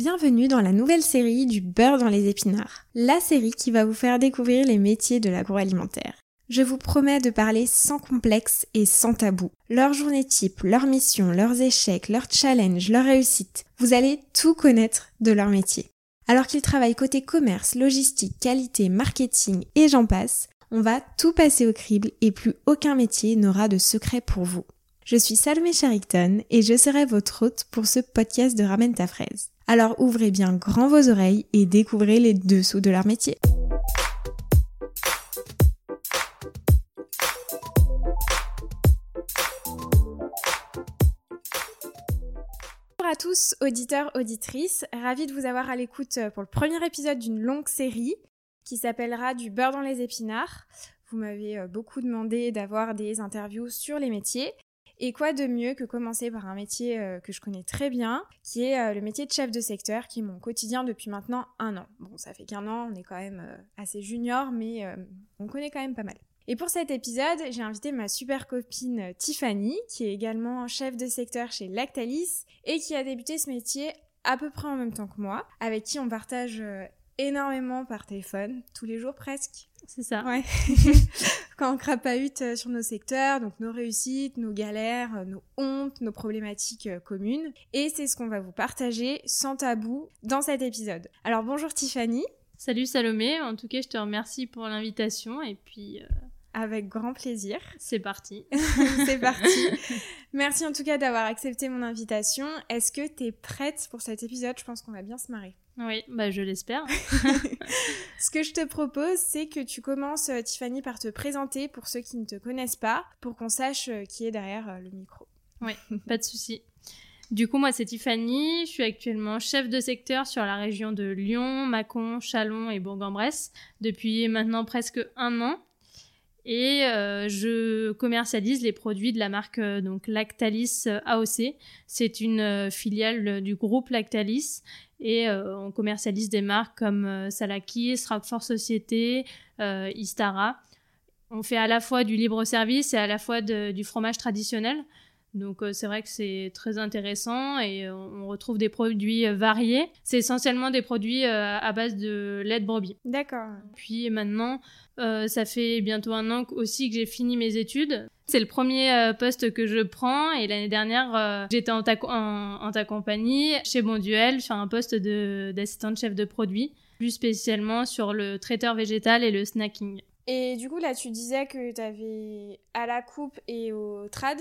Bienvenue dans la nouvelle série du beurre dans les épinards, la série qui va vous faire découvrir les métiers de l'agroalimentaire. Je vous promets de parler sans complexe et sans tabou. Leurs journées type, leurs missions, leurs échecs, leurs challenges, leurs réussites. Vous allez tout connaître de leur métier. Alors qu'ils travaillent côté commerce, logistique, qualité, marketing et j'en passe, on va tout passer au crible et plus aucun métier n'aura de secret pour vous. Je suis Salomé Charicton et je serai votre hôte pour ce podcast de Ramène ta fraise. Alors ouvrez bien grand vos oreilles et découvrez les dessous de leur métier. Bonjour à tous, auditeurs, auditrices, ravie de vous avoir à l'écoute pour le premier épisode d'une longue série qui s'appellera Du beurre dans les épinards. Vous m'avez beaucoup demandé d'avoir des interviews sur les métiers. Et quoi de mieux que commencer par un métier que je connais très bien, qui est le métier de chef de secteur, qui est mon quotidien depuis maintenant 1 an. Bon, ça fait qu'1 an, on est quand même assez junior, mais on connaît quand même pas mal. Et pour cet épisode, j'ai invité ma super copine Tiffany, qui est également chef de secteur chez Lactalis, et qui a débuté ce métier à peu près en même temps que moi, avec qui on partage énormément par téléphone, tous les jours presque. C'est ça. Ouais. Quand on crapahute sur nos secteurs, donc nos réussites, nos galères, nos hontes, nos problématiques communes. Et c'est ce qu'on va vous partager sans tabou dans cet épisode. Alors bonjour Tiffany. Salut Salomé, en tout cas je te remercie pour l'invitation et puis... Avec grand plaisir. C'est parti. C'est parti. Merci en tout cas d'avoir accepté mon invitation. Est-ce que t'es prête pour cet épisode ? Je pense qu'on va bien se marrer. Oui, je l'espère. Ce que je te propose, c'est que tu commences, Tiffany, par te présenter pour ceux qui ne te connaissent pas, pour qu'on sache qui est derrière le micro. Oui, pas de souci. Du coup, moi, c'est Tiffany. Je suis actuellement chef de secteur sur la région de Lyon, Mâcon, Châlons et Bourg-en-Bresse depuis maintenant presque 1 an. Et je commercialise les produits de la marque donc Lactalis AOC. C'est une filiale du groupe Lactalis et on commercialise des marques comme Salakis, Roquefort Société, Istara. On fait à la fois du libre service et à la fois du fromage traditionnel. Donc c'est vrai que c'est très intéressant et on retrouve des produits variés. C'est essentiellement des produits à base de lait de brebis. D'accord. Puis maintenant, ça fait bientôt 1 an aussi que j'ai fini mes études. C'est le premier poste que je prends et l'année dernière, j'étais en ta compagnie chez Bonduelle sur un poste d'assistante chef de produit, plus spécialement sur le traiteur végétal et le snacking. Et du coup, là, tu disais que tu avais à la coupe et au trad,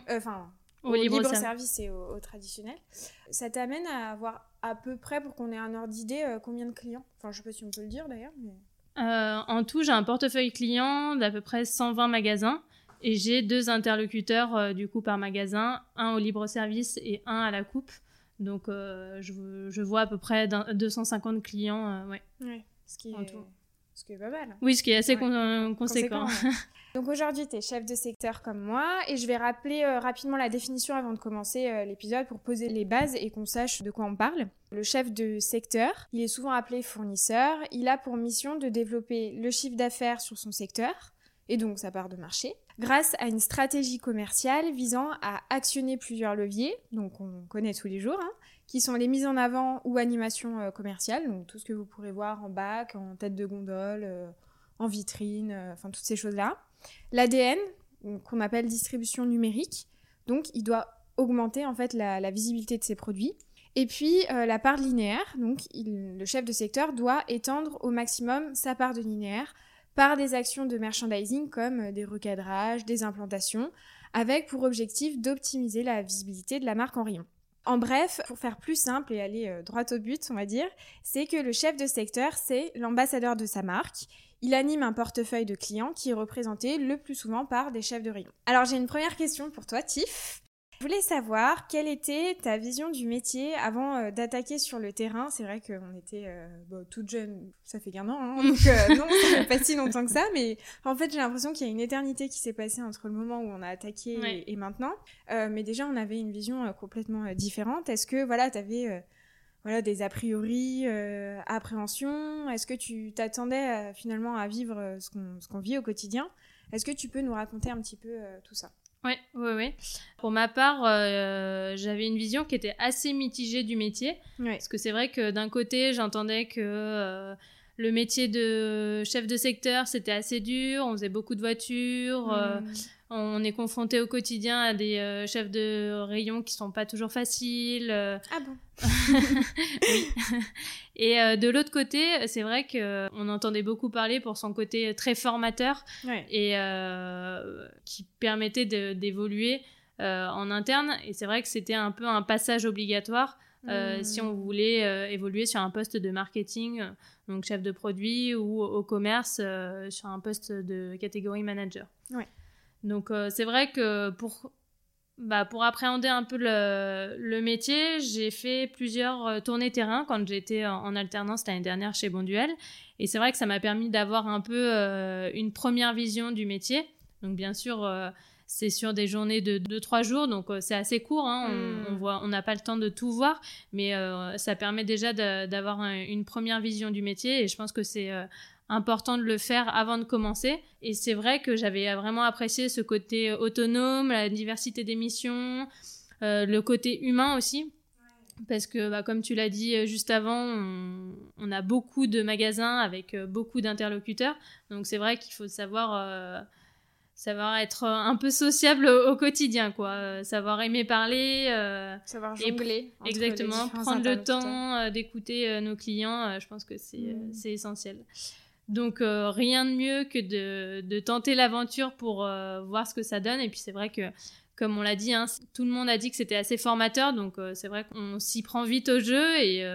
au libre service et au traditionnel. Ça t'amène à avoir à peu près, pour qu'on ait un ordre d'idée, combien de clients ? Enfin, je sais pas si on peut le dire d'ailleurs. Mais... en tout, j'ai un portefeuille client d'à peu près 120 magasins et j'ai 2 interlocuteurs du coup par magasin, un au libre service et un à la coupe. Donc, je vois à peu près 250 clients, ouais, ce qui en tout. Ce qui est pas mal. Oui, ce qui est assez conséquent. Ouais. Donc aujourd'hui, tu es chef de secteur comme moi et je vais rappeler rapidement la définition avant de commencer l'épisode pour poser les bases et qu'on sache de quoi on parle. Le chef de secteur, il est souvent appelé fournisseur. Il a pour mission de développer le chiffre d'affaires sur son secteur et donc sa part de marché grâce à une stratégie commerciale visant à actionner plusieurs leviers, donc on connaît tous les jours, qui sont les mises en avant ou animations commerciales, donc tout ce que vous pourrez voir en bac, en tête de gondole, en vitrine, toutes ces choses-là. L'ADN, qu'on appelle distribution numérique, donc il doit augmenter en fait la visibilité de ses produits. Et puis la part de linéaire, donc le chef de secteur doit étendre au maximum sa part de linéaire par des actions de merchandising comme des recadrages, des implantations, avec pour objectif d'optimiser la visibilité de la marque en rayon. En bref, pour faire plus simple et aller droit au but, on va dire, c'est que le chef de secteur, c'est l'ambassadeur de sa marque. Il anime un portefeuille de clients qui est représenté le plus souvent par des chefs de rayon. Alors j'ai une première question pour toi, Tiff. Je voulais savoir quelle était ta vision du métier avant d'attaquer sur le terrain. C'est vrai qu'on était toutes jeunes, ça fait qu'1 an, donc non, ça fait pas si longtemps que ça, mais en fait j'ai l'impression qu'il y a une éternité qui s'est passée entre le moment où on a attaqué et maintenant. Mais déjà on avait une vision complètement différente. Est-ce que t'avais des a priori, appréhensions ? Est-ce que tu t'attendais finalement à vivre ce qu'on vit au quotidien ? Est-ce que tu peux nous raconter un petit peu tout ça ? Ouais. Pour ma part, j'avais une vision qui était assez mitigée du métier. Ouais. Parce que c'est vrai que d'un côté, j'entendais que le métier de chef de secteur, c'était assez dur. On faisait beaucoup de voitures. On est confronté au quotidien à des chefs de rayon qui sont pas toujours faciles. Ah bon? Oui. Et de l'autre côté, c'est vrai qu'on entendait beaucoup parler pour son côté très formateur et qui permettait d'évoluer en interne. Et c'est vrai que c'était un peu un passage obligatoire si on voulait évoluer sur un poste de marketing, donc chef de produit, ou au commerce sur un poste de catégorie manager. Ouais. Donc c'est vrai que pour appréhender un peu le métier, j'ai fait plusieurs tournées terrain quand j'étais en alternance l'année dernière chez Bonduel. Et c'est vrai que ça m'a permis d'avoir un peu une première vision du métier. Donc bien sûr, c'est sur des journées de 2-3 jours, donc c'est assez court. On n'a pas le temps de tout voir, mais ça permet déjà d'avoir une première vision du métier. Et je pense que c'est important de le faire avant de commencer. Et c'est vrai que j'avais vraiment apprécié ce côté autonome, la diversité des missions, le côté humain aussi. Parce que, comme tu l'as dit juste avant, on a beaucoup de magasins avec beaucoup d'interlocuteurs. Donc c'est vrai qu'il faut savoir être un peu sociable au quotidien, quoi. Savoir aimer parler. Savoir jongler. Exactement. Prendre le temps d'écouter nos clients. Je pense que c'est essentiel. Donc rien de mieux que de tenter l'aventure pour voir ce que ça donne. Et puis c'est vrai que, comme on l'a dit, tout le monde a dit que c'était assez formateur, donc c'est vrai qu'on s'y prend vite au jeu et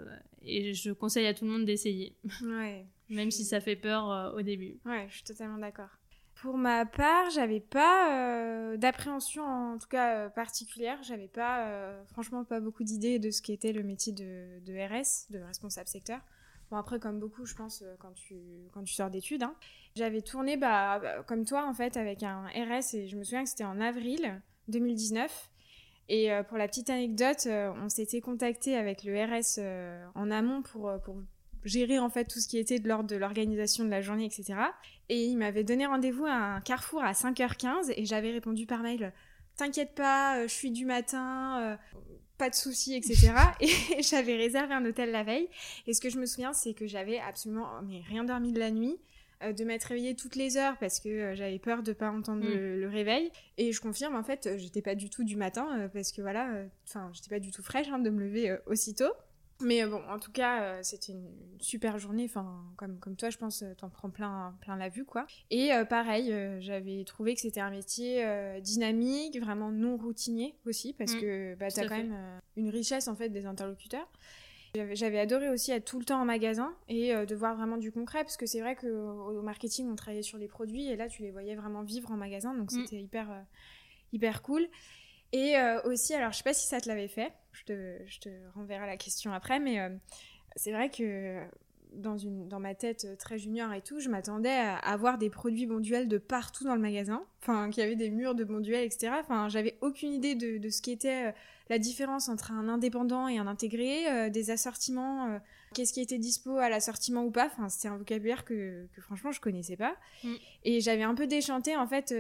je conseille à tout le monde d'essayer. Ouais. Même si ça fait peur au début. Ouais, je suis totalement d'accord. Pour ma part, j'avais pas d'appréhension, en tout cas particulière. J'avais franchement pas beaucoup d'idées de ce qu'était le métier de RS, de responsable secteur. Bon, après, comme beaucoup, je pense, quand tu sors d'études. J'avais tourné, comme toi, en fait, avec un RS, et je me souviens que c'était en avril 2019. Et pour la petite anecdote, on s'était contacté avec le RS en amont pour gérer, en fait, tout ce qui était de l'ordre de l'organisation de la journée, etc. Et il m'avait donné rendez-vous à un Carrefour à 5h15, et j'avais répondu par mail « T'inquiète pas, je suis du matin... pas de soucis, etc. » Et j'avais réservé un hôtel la veille. Et ce que je me souviens, c'est que j'avais absolument rien dormi de la nuit, de m'être réveillée toutes les heures parce que j'avais peur de pas entendre le réveil. Et je confirme, en fait, j'étais pas du tout du matin parce que voilà, j'étais pas du tout fraîche de me lever aussitôt. Mais bon, en tout cas, c'était une super journée. Comme toi, je pense, t'en prends plein la vue, quoi. Et pareil, j'avais trouvé que c'était un métier dynamique, vraiment non routinier aussi, parce que t'as quand même une richesse, en fait, des interlocuteurs. J'avais adoré aussi être tout le temps en magasin et de voir vraiment du concret, parce que c'est vrai qu'au marketing, on travaillait sur les produits, et là, tu les voyais vraiment vivre en magasin, donc c'était hyper cool. Et aussi, alors je sais pas si ça te l'avait fait, je te renverrai la question après, mais c'est vrai que dans ma tête très junior et tout, je m'attendais à avoir des produits Bonduel de partout dans le magasin, qu'il y avait des murs de Bonduel, etc. J'avais aucune idée de ce qu'était la différence entre un indépendant et un intégré, des assortiments, qu'est-ce qui était dispo à l'assortiment ou pas. C'était un vocabulaire que franchement je connaissais pas. Et j'avais un peu déchanté, en fait,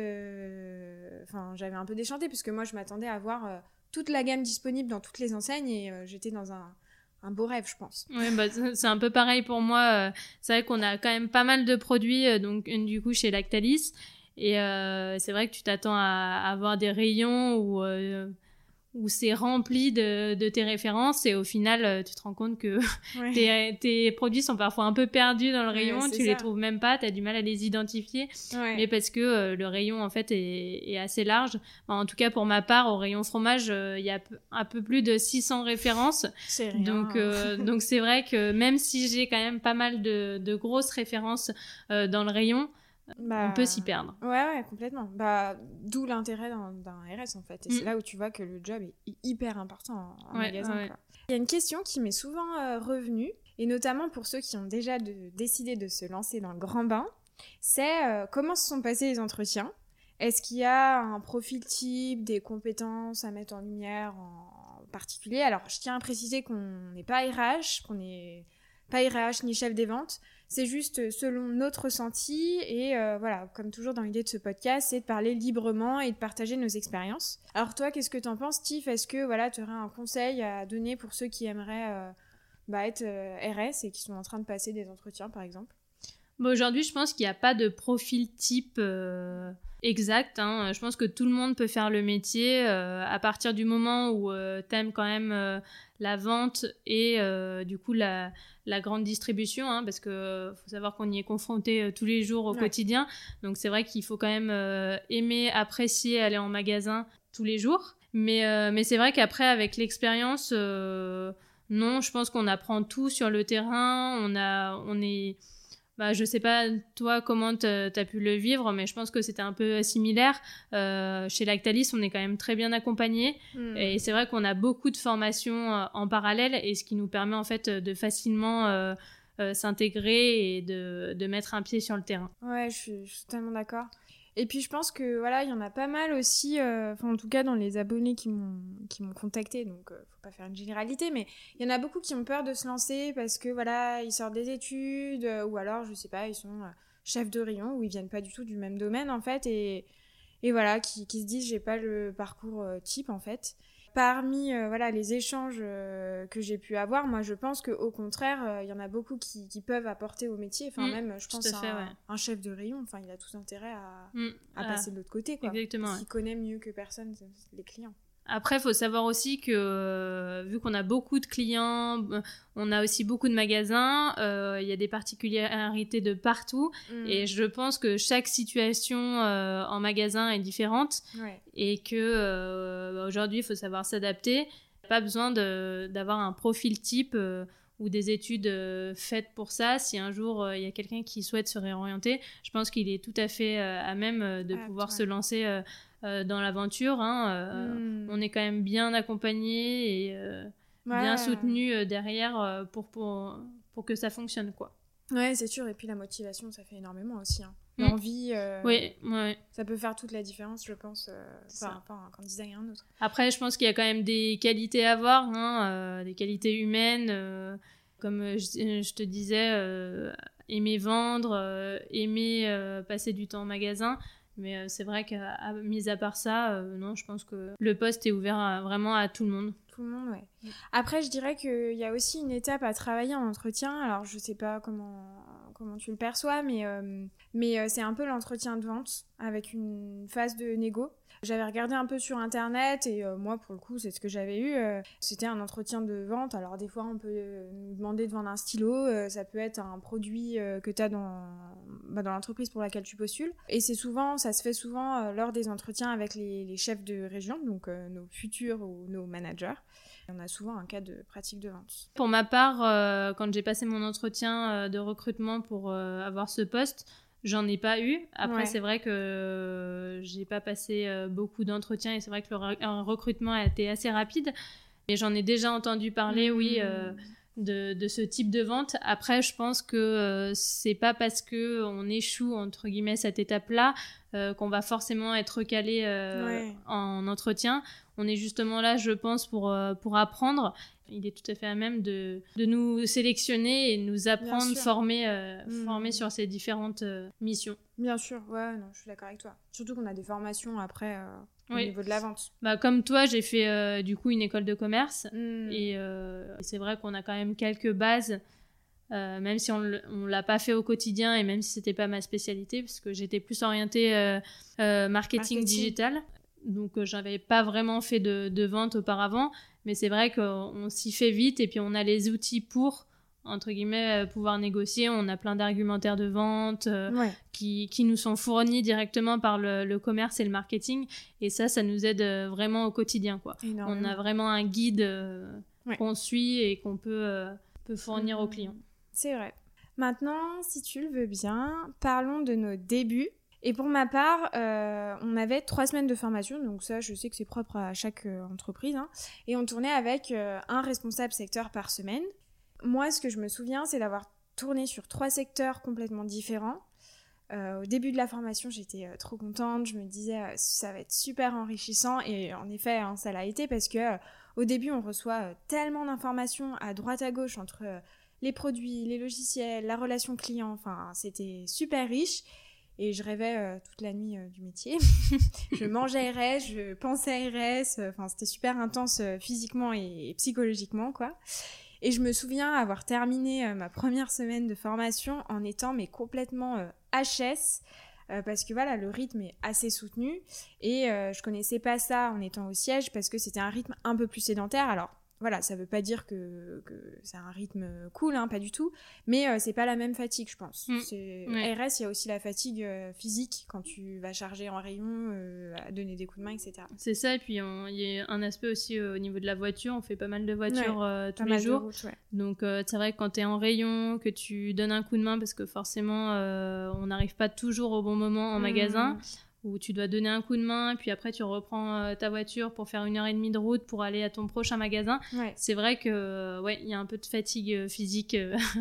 puisque moi je m'attendais à avoir toute la gamme disponible dans toutes les enseignes, et j'étais dans un beau rêve, je pense. Oui, c'est un peu pareil pour moi. C'est vrai qu'on a quand même pas mal de produits, donc du coup chez Lactalis, et c'est vrai que tu t'attends à avoir des rayons où c'est rempli de tes références, et au final tu te rends compte que tes produits sont parfois un peu perdus dans le rayon, tu les trouves même pas, t'as du mal à les identifier, mais parce que le rayon en fait est assez large. En tout cas pour ma part, au rayon fromage, il y a un peu plus de 600 références, c'est rien. Donc c'est vrai que même si j'ai quand même pas mal de grosses références dans le rayon, on peut s'y perdre. Ouais, complètement. D'où l'intérêt d'un RS, en fait. Et c'est là où tu vois que le job est hyper important en magasin. Quoi. Il y a une question qui m'est souvent revenue, et notamment pour ceux qui ont déjà décidé de se lancer dans le grand bain, c'est comment se sont passés les entretiens. Est-ce qu'il y a un profil type, des compétences à mettre en lumière en particulier? Alors, je tiens à préciser qu'on n'est pas RH, qu'on est pas RH ni chef des ventes. C'est juste selon notre ressenti et voilà, comme toujours dans l'idée de ce podcast, c'est de parler librement et de partager nos expériences. Alors toi, qu'est-ce que t'en penses, Tiff? Est-ce que voilà, tu aurais un conseil à donner pour ceux qui aimeraient être RS et qui sont en train de passer des entretiens, par exemple? Bon, aujourd'hui, je pense qu'il n'y a pas de profil type exact. Hein. Je pense que tout le monde peut faire le métier à partir du moment où t'aimes quand même la vente et du coup la grande distribution, hein, parce que faut savoir qu'on y est confronté tous les jours au quotidien. Donc c'est vrai qu'il faut quand même aimer, apprécier aller en magasin tous les jours. Mais c'est vrai qu'après, avec l'expérience, non, je pense qu'on apprend tout sur le terrain. On est... Bah, je sais pas, toi, comment t'as pu le vivre, mais je pense que c'était un peu similaire. Chez Lactalis, on est quand même très bien accompagnés. Et c'est vrai qu'on a beaucoup de formations en parallèle, et ce qui nous permet en fait de facilement s'intégrer et de mettre un pied sur le terrain. Ouais, je suis totalement d'accord. Et puis je pense que voilà, il y en a pas mal aussi, en tout cas dans les abonnés qui m'ont contacté, donc faut pas faire une généralité, mais il y en a beaucoup qui ont peur de se lancer parce que voilà, ils sortent des études, ou alors je sais pas, ils sont chefs de rayon, ou ils viennent pas du tout du même domaine en fait, et voilà, qui se disent j'ai pas le parcours type en fait. Parmi voilà, les échanges que j'ai pu avoir, moi je pense qu'au contraire, il y en a beaucoup qui peuvent apporter au métier. Enfin, même, je pense, un chef de rayon, enfin, il a tout intérêt à passer de l'autre côté, quoi. Exactement. Parce qu'il connaît mieux que personne les clients. Après, il faut savoir aussi que vu qu'on a beaucoup de clients, on a aussi beaucoup de magasins, il y a des particularités de partout. Et je pense que chaque situation en magasin est différente. Ouais. Et que aujourd'hui, il faut savoir s'adapter. Pas besoin d'avoir un profil type ou des études faites pour ça. Si un jour, il y a quelqu'un qui souhaite se réorienter, je pense qu'il est tout à fait à même de pouvoir se lancer dans l'aventure. Hein. On est quand même bien accompagné et bien soutenu derrière pour que ça fonctionne, quoi. Ouais, c'est sûr. Et puis la motivation, ça fait énormément aussi. Hein. L'envie, oui. Ça peut faire toute la différence, je pense, par rapport à un candidat et un autre. Après, je pense qu'il y a quand même des qualités à avoir, hein, des qualités humaines. Comme je te disais, aimer vendre, aimer passer du temps au magasin. Mais c'est vrai que, mis à part ça, non, je pense que le poste est ouvert vraiment à tout le monde. Tout le monde, ouais. Après, je dirais qu'il y a aussi une étape à travailler en entretien. Alors, je sais pas comment tu le perçois, mais c'est un peu l'entretien de vente avec une phase de négo. J'avais regardé un peu sur internet et moi, pour le coup, c'est ce que j'avais eu. C'était un entretien de vente. Alors, des fois, on peut nous demander de vendre un stylo. Ça peut être un produit que tu as dans l'entreprise pour laquelle tu postules. Et ça se fait souvent lors des entretiens avec les chefs de région, donc nos futurs ou nos managers. On a souvent un cas de pratique de vente. Pour ma part, quand j'ai passé mon entretien de recrutement pour avoir ce poste, j'en ai pas eu. Après, c'est vrai que j'ai pas passé beaucoup d'entretiens et c'est vrai que le recrutement a été assez rapide. Mais j'en ai déjà entendu parler, oui, de ce type de vente. Après, je pense que c'est pas parce qu'on échoue, entre guillemets, cette étape-là qu'on va forcément être recalé en entretien. On est justement là, je pense, pour apprendre. Il est tout à fait à même de nous sélectionner et nous apprendre, former sur ces différentes missions. Bien sûr, ouais, non, je suis d'accord avec toi. Surtout qu'on a des formations après au niveau de la vente. Bah, comme toi, j'ai fait du coup une école de commerce et c'est vrai qu'on a quand même quelques bases, même si on l'a pas fait au quotidien et même si c'était pas ma spécialité, parce que j'étais plus orientée marketing digital. Donc, j'avais pas vraiment fait de vente auparavant, mais c'est vrai qu'on s'y fait vite et puis on a les outils pour, entre guillemets, pouvoir négocier. On a plein d'argumentaires de vente qui nous sont fournis directement par le commerce et le marketing. Et ça nous aide vraiment au quotidien, quoi. On a vraiment un guide qu'on suit et qu'on peut fournir aux clients. C'est vrai. Maintenant, si tu le veux bien, parlons de nos débuts. Et pour ma part, on avait 3 semaines de formation, donc ça, je sais que c'est propre à chaque entreprise, hein, et on tournait avec un responsable secteur par semaine. Moi, ce que je me souviens, c'est d'avoir tourné sur 3 secteurs complètement différents. Au début de la formation, j'étais trop contente, je me disais ça va être super enrichissant, et en effet, hein, ça l'a été, parce que au début, on reçoit tellement d'informations à droite à gauche entre les produits, les logiciels, la relation client, enfin c'était super riche. Et je rêvais toute la nuit du métier. Je mangeais RS, je pensais RS, enfin c'était super intense physiquement et psychologiquement, quoi. Et je me souviens avoir terminé ma première semaine de formation en étant mais complètement HS, parce que voilà, le rythme est assez soutenu. Et je connaissais pas ça en étant au siège, parce que c'était un rythme un peu plus sédentaire. Alors voilà, ça veut pas dire que c'est un rythme cool, hein, pas du tout, mais c'est pas la même fatigue, je pense. Ouais. RS, il y a aussi la fatigue physique quand tu vas charger en rayon, à donner des coups de main, etc. C'est ça, et puis il y a un aspect aussi au niveau de la voiture, on fait pas mal de voitures tous les mal jours. de route, ouais. Donc c'est vrai que quand t'es en rayon, que tu donnes un coup de main, parce que forcément on n'arrive pas toujours au bon moment en magasin, où tu dois donner un coup de main, puis après tu reprends ta voiture pour faire 1h30 de route pour aller à ton prochain magasin. Ouais. C'est vrai que il y a un peu de fatigue physique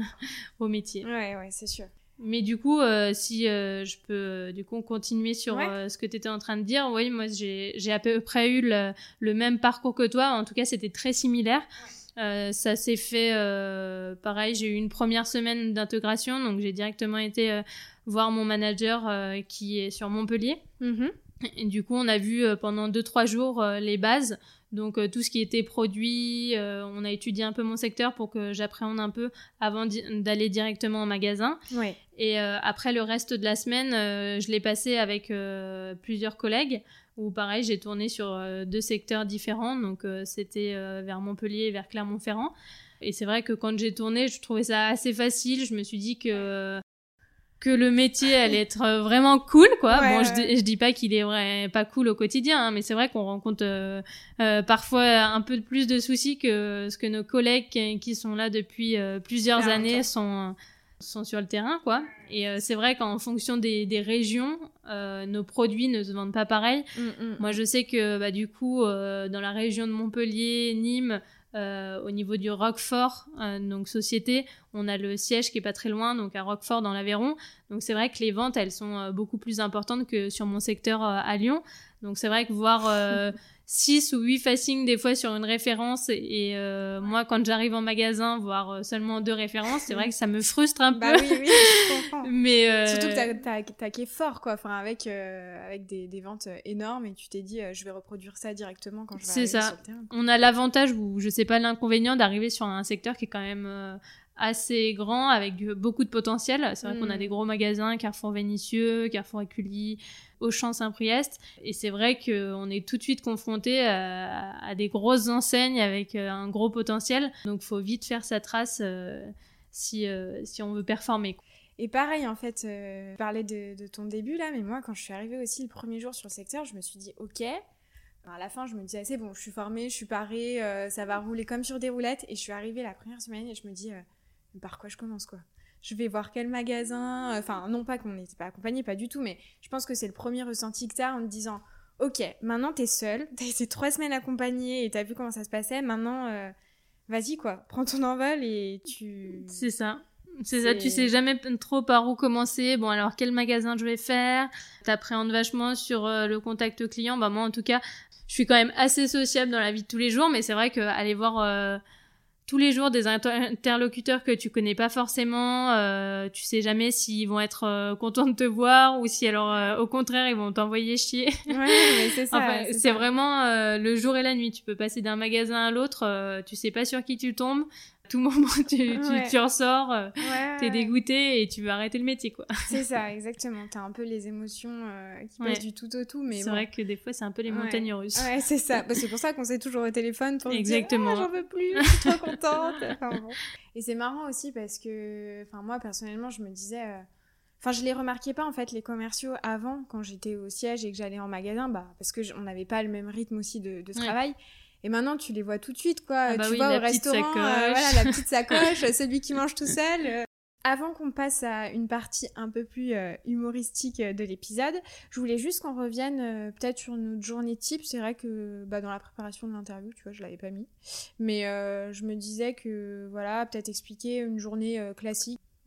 au métier. Ouais, c'est sûr. Mais du coup, si je peux du coup continuer sur ce que tu étais en train de dire, oui, moi j'ai à peu près eu le même parcours que toi. En tout cas, c'était très similaire. Ça s'est fait pareil, j'ai eu une première semaine d'intégration, donc j'ai directement été voir mon manager qui est sur Montpellier. Et du coup, on a vu pendant 2-3 jours les bases, donc tout ce qui était produit, on a étudié un peu mon secteur pour que j'appréhende un peu avant d'aller directement en magasin. Ouais. Et après le reste de la semaine, je l'ai passé avec plusieurs collègues, où pareil, j'ai tourné sur 2 secteurs différents, donc c'était vers Montpellier et vers Clermont-Ferrand. Et c'est vrai que quand j'ai tourné, je trouvais ça assez facile. Je me suis dit que le métier allait être vraiment cool, quoi. Ouais, bon, je dis pas qu'il est pas cool au quotidien, hein, mais c'est vrai qu'on rencontre parfois un peu plus de soucis que ce que nos collègues qui sont là depuis plusieurs années sont sur le terrain, quoi. Et c'est vrai qu'en fonction des régions, nos produits ne se vendent pas pareil. Moi, je sais que du coup, dans la région de Montpellier, Nîmes, au niveau du Roquefort, donc société, on a le siège qui est pas très loin, donc à Roquefort dans l'Aveyron. Donc c'est vrai que les ventes, elles sont beaucoup plus importantes que sur mon secteur à Lyon. Donc c'est vrai que voir 6 ou 8 facings des fois sur une référence et moi quand j'arrive en magasin voir seulement 2 références, c'est vrai que ça me frustre un peu. Bah oui, je comprends. Mais surtout que t'as qui est fort, quoi, enfin avec des ventes énormes, et tu t'es dit je vais reproduire ça directement quand je vais arriver sur le terrain. On a l'avantage, ou je sais pas l'inconvénient, d'arriver sur un secteur qui est quand même assez grand, avec beaucoup de potentiel. C'est vrai qu'on a des gros magasins, Carrefour Vénissieux, Carrefour Écully, Auchan Saint-Priest, et c'est vrai qu'on est tout de suite confronté à des grosses enseignes avec un gros potentiel, donc faut vite faire sa trace si on veut performer. Et pareil, en fait, tu parlais de ton début là, mais moi quand je suis arrivée aussi le premier jour sur le secteur, je me suis dit ok. À la fin, je me disais, c'est bon, je suis formée, je suis parée, ça va rouler comme sur des roulettes. Et je suis arrivée la première semaine et je me dis, par quoi je commence, quoi? Je vais voir quel magasin. Enfin, non pas qu'on n'était pas accompagnés, pas du tout, mais je pense que c'est le premier ressenti que t'as en te disant, ok, maintenant t'es seule, t'as été 3 semaines accompagnée et t'as vu comment ça se passait. Maintenant, vas-y, quoi, prends ton envol et tu... C'est ça. C'est ça, tu sais jamais trop par où commencer. Bon, alors quel magasin je vais faire? T'appréhendes vachement sur le contact client. Bah moi, en tout cas, je suis quand même assez sociable dans la vie de tous les jours, mais c'est vrai qu'aller voir tous les jours des interlocuteurs que tu connais pas forcément, tu sais jamais s'ils vont être contents de te voir ou si alors au contraire ils vont t'envoyer chier. Ouais, mais c'est ça. Enfin, c'est vraiment le jour et la nuit. Tu peux passer d'un magasin à l'autre, tu sais pas sur qui tu tombes. Tout moment tu ressors, t'es dégoûté et tu veux arrêter le métier, quoi. C'est ça, exactement. T'as un peu les émotions qui passent du tout au tout, mais c'est vrai que des fois c'est un peu les montagnes russes. Ouais, c'est ça. Bah, c'est pour ça qu'on s'est toujours au téléphone pour Exactement. dire j'en veux plus, je suis trop contente. Enfin, bon. Et c'est marrant aussi parce que, enfin moi personnellement, je me disais, enfin je les remarquais pas en fait les commerciaux avant quand j'étais au siège et que j'allais en magasin, parce que on n'avait pas le même rythme aussi de travail. Et maintenant, tu les vois tout de suite, quoi. Tu vas au restaurant, voilà, la petite sacoche, celui qui mange tout seul. Avant qu'on passe à une partie un peu plus humoristique de l'épisode, je voulais juste qu'on revienne peut-être sur notre journée type. C'est vrai que dans la préparation de l'interview, tu vois, je l'avais pas mis. Mais je me disais que, voilà, peut-être expliquer une journée classique. Oui.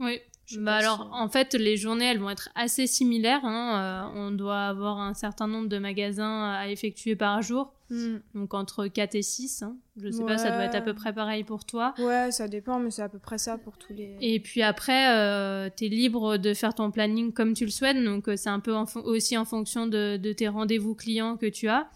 Alors, en fait, les journées, elles vont être assez similaires. On doit avoir un certain nombre de magasins à effectuer par jour. Donc, entre 4 et 6. Je sais pas, ça doit être à peu près pareil pour toi. Ouais, ça dépend, mais c'est à peu près ça pour tous les... Et puis après, t'es libre de faire ton planning comme tu le souhaites. Donc, c'est un peu aussi en fonction de tes rendez-vous clients que tu as.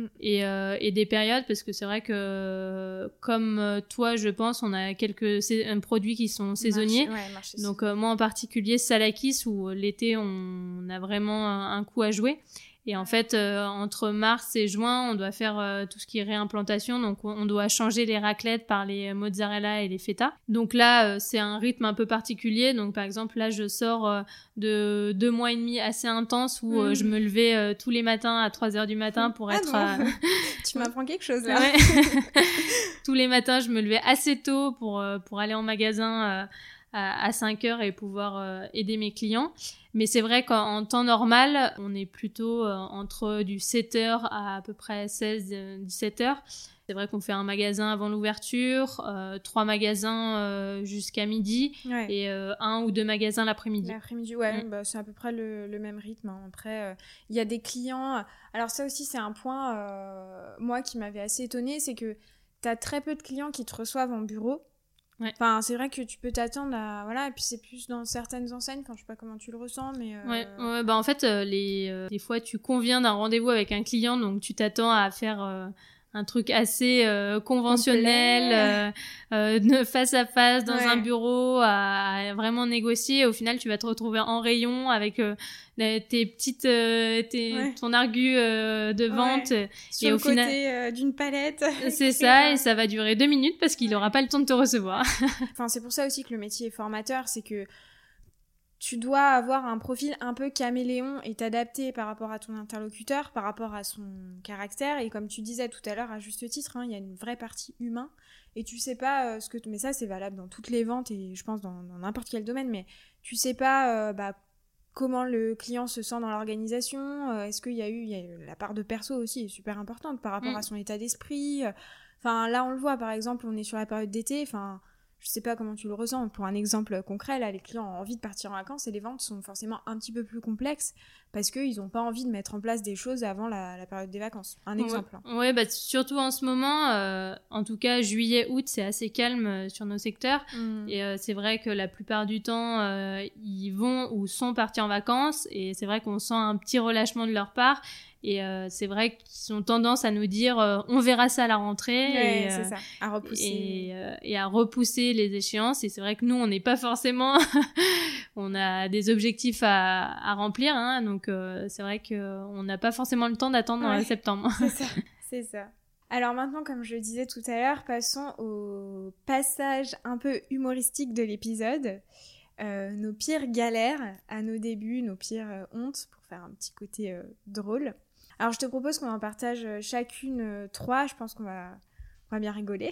Et des périodes, parce que c'est vrai que, comme toi, je pense, on a quelques produits qui sont saisonniers. Donc, moi en particulier, Salakis, où l'été, on a vraiment un coup à jouer. Et en fait, entre mars et juin, on doit faire tout ce qui est réimplantation. Donc, on doit changer les raclettes par les mozzarella et les feta. Donc là, c'est un rythme un peu particulier. Donc, par exemple, là, je sors de 2 mois et demi assez intense où je me levais tous les matins à 3h du matin pour être... Tu m'apprends quelque chose, là. Ouais. Tous les matins, je me levais assez tôt pour aller en magasin à 5h et pouvoir aider mes clients. Mais c'est vrai qu'en temps normal, on est plutôt entre du 7h à peu près 16-17h. C'est vrai qu'on fait un magasin avant l'ouverture, 3 magasins jusqu'à midi et 1 ou 2 magasins l'après-midi. L'après-midi, c'est à peu près le même rythme. Après, il y a des clients... Alors ça aussi, c'est un point, moi, qui m'avait assez étonnée, c'est que tu as très peu de clients qui te reçoivent en bureau. Enfin, c'est vrai que tu peux t'attendre à... Voilà, et puis c'est plus dans certaines enseignes. Enfin, je sais pas comment tu le ressens, mais... En fait, des fois, tu conviens d'un rendez-vous avec un client, donc tu t'attends à faire... un truc assez conventionnel, face à face dans un bureau, à vraiment négocier. Au final, tu vas te retrouver en rayon avec tes petites, ton argu de vente. Sur le côté d'une palette. C'est ça, et ça va durer 2 minutes parce qu'il n'aura pas le temps de te recevoir. Enfin, c'est pour ça aussi que le métier est formateur, c'est que tu dois avoir un profil un peu caméléon et t'adapter par rapport à ton interlocuteur, par rapport à son caractère. Et comme tu disais tout à l'heure, à juste titre, il y a une vraie partie humain. Et tu sais pas ce que... Mais ça, c'est valable dans toutes les ventes et je pense dans n'importe quel domaine. Mais tu sais pas comment le client se sent dans l'organisation. Est-ce qu'il y a eu la part de perso aussi est super importante par rapport à son état d'esprit. Enfin, là, on le voit, par exemple, on est sur la période d'été. Enfin... Je sais pas comment tu le ressens. Pour un exemple concret, là, les clients ont envie de partir en vacances et les ventes sont forcément un petit peu plus complexes parce qu'ils n'ont pas envie de mettre en place des choses avant la période des vacances. Un exemple. Ouais, surtout en ce moment, en tout cas, juillet, août, c'est assez calme sur nos secteurs. Et c'est vrai que la plupart du temps, ils vont ou sont partis en vacances et c'est vrai qu'on sent un petit relâchement de leur part. Et c'est vrai qu'ils ont tendance à nous dire on verra ça à la rentrée. C'est ça, à repousser. Et à repousser les échéances. Et c'est vrai que nous, on n'est pas forcément... on a des objectifs à remplir. Donc c'est vrai qu'on n'a pas forcément le temps d'attendre septembre. C'est ça. Alors maintenant, comme je le disais tout à l'heure, passons au passage un peu humoristique de l'épisode. Nos pires galères à nos débuts, nos pires hontes, pour faire un petit côté drôle. Alors je te propose qu'on en partage chacune 3, je pense qu'on va bien rigoler.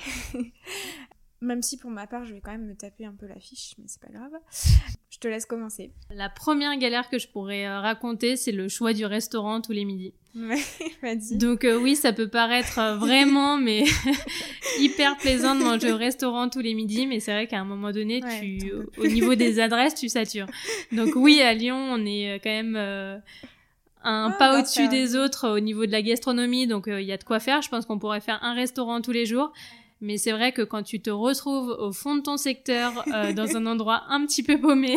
Même si pour ma part je vais quand même me taper un peu la fiche, mais c'est pas grave. Je te laisse commencer. La première galère que je pourrais raconter, c'est le choix du restaurant tous les midis. Vas-y. Donc oui, ça peut paraître vraiment mais hyper plaisant de manger au restaurant tous les midis, mais c'est vrai qu'à un moment donné, au niveau des adresses, tu satures. Donc oui, à Lyon, on est quand même un pas au-dessus des autres au niveau de la gastronomie, donc il y a de quoi faire. Je pense qu'on pourrait faire un restaurant tous les jours. Mais c'est vrai que quand tu te retrouves au fond de ton secteur, dans un endroit un petit peu paumé,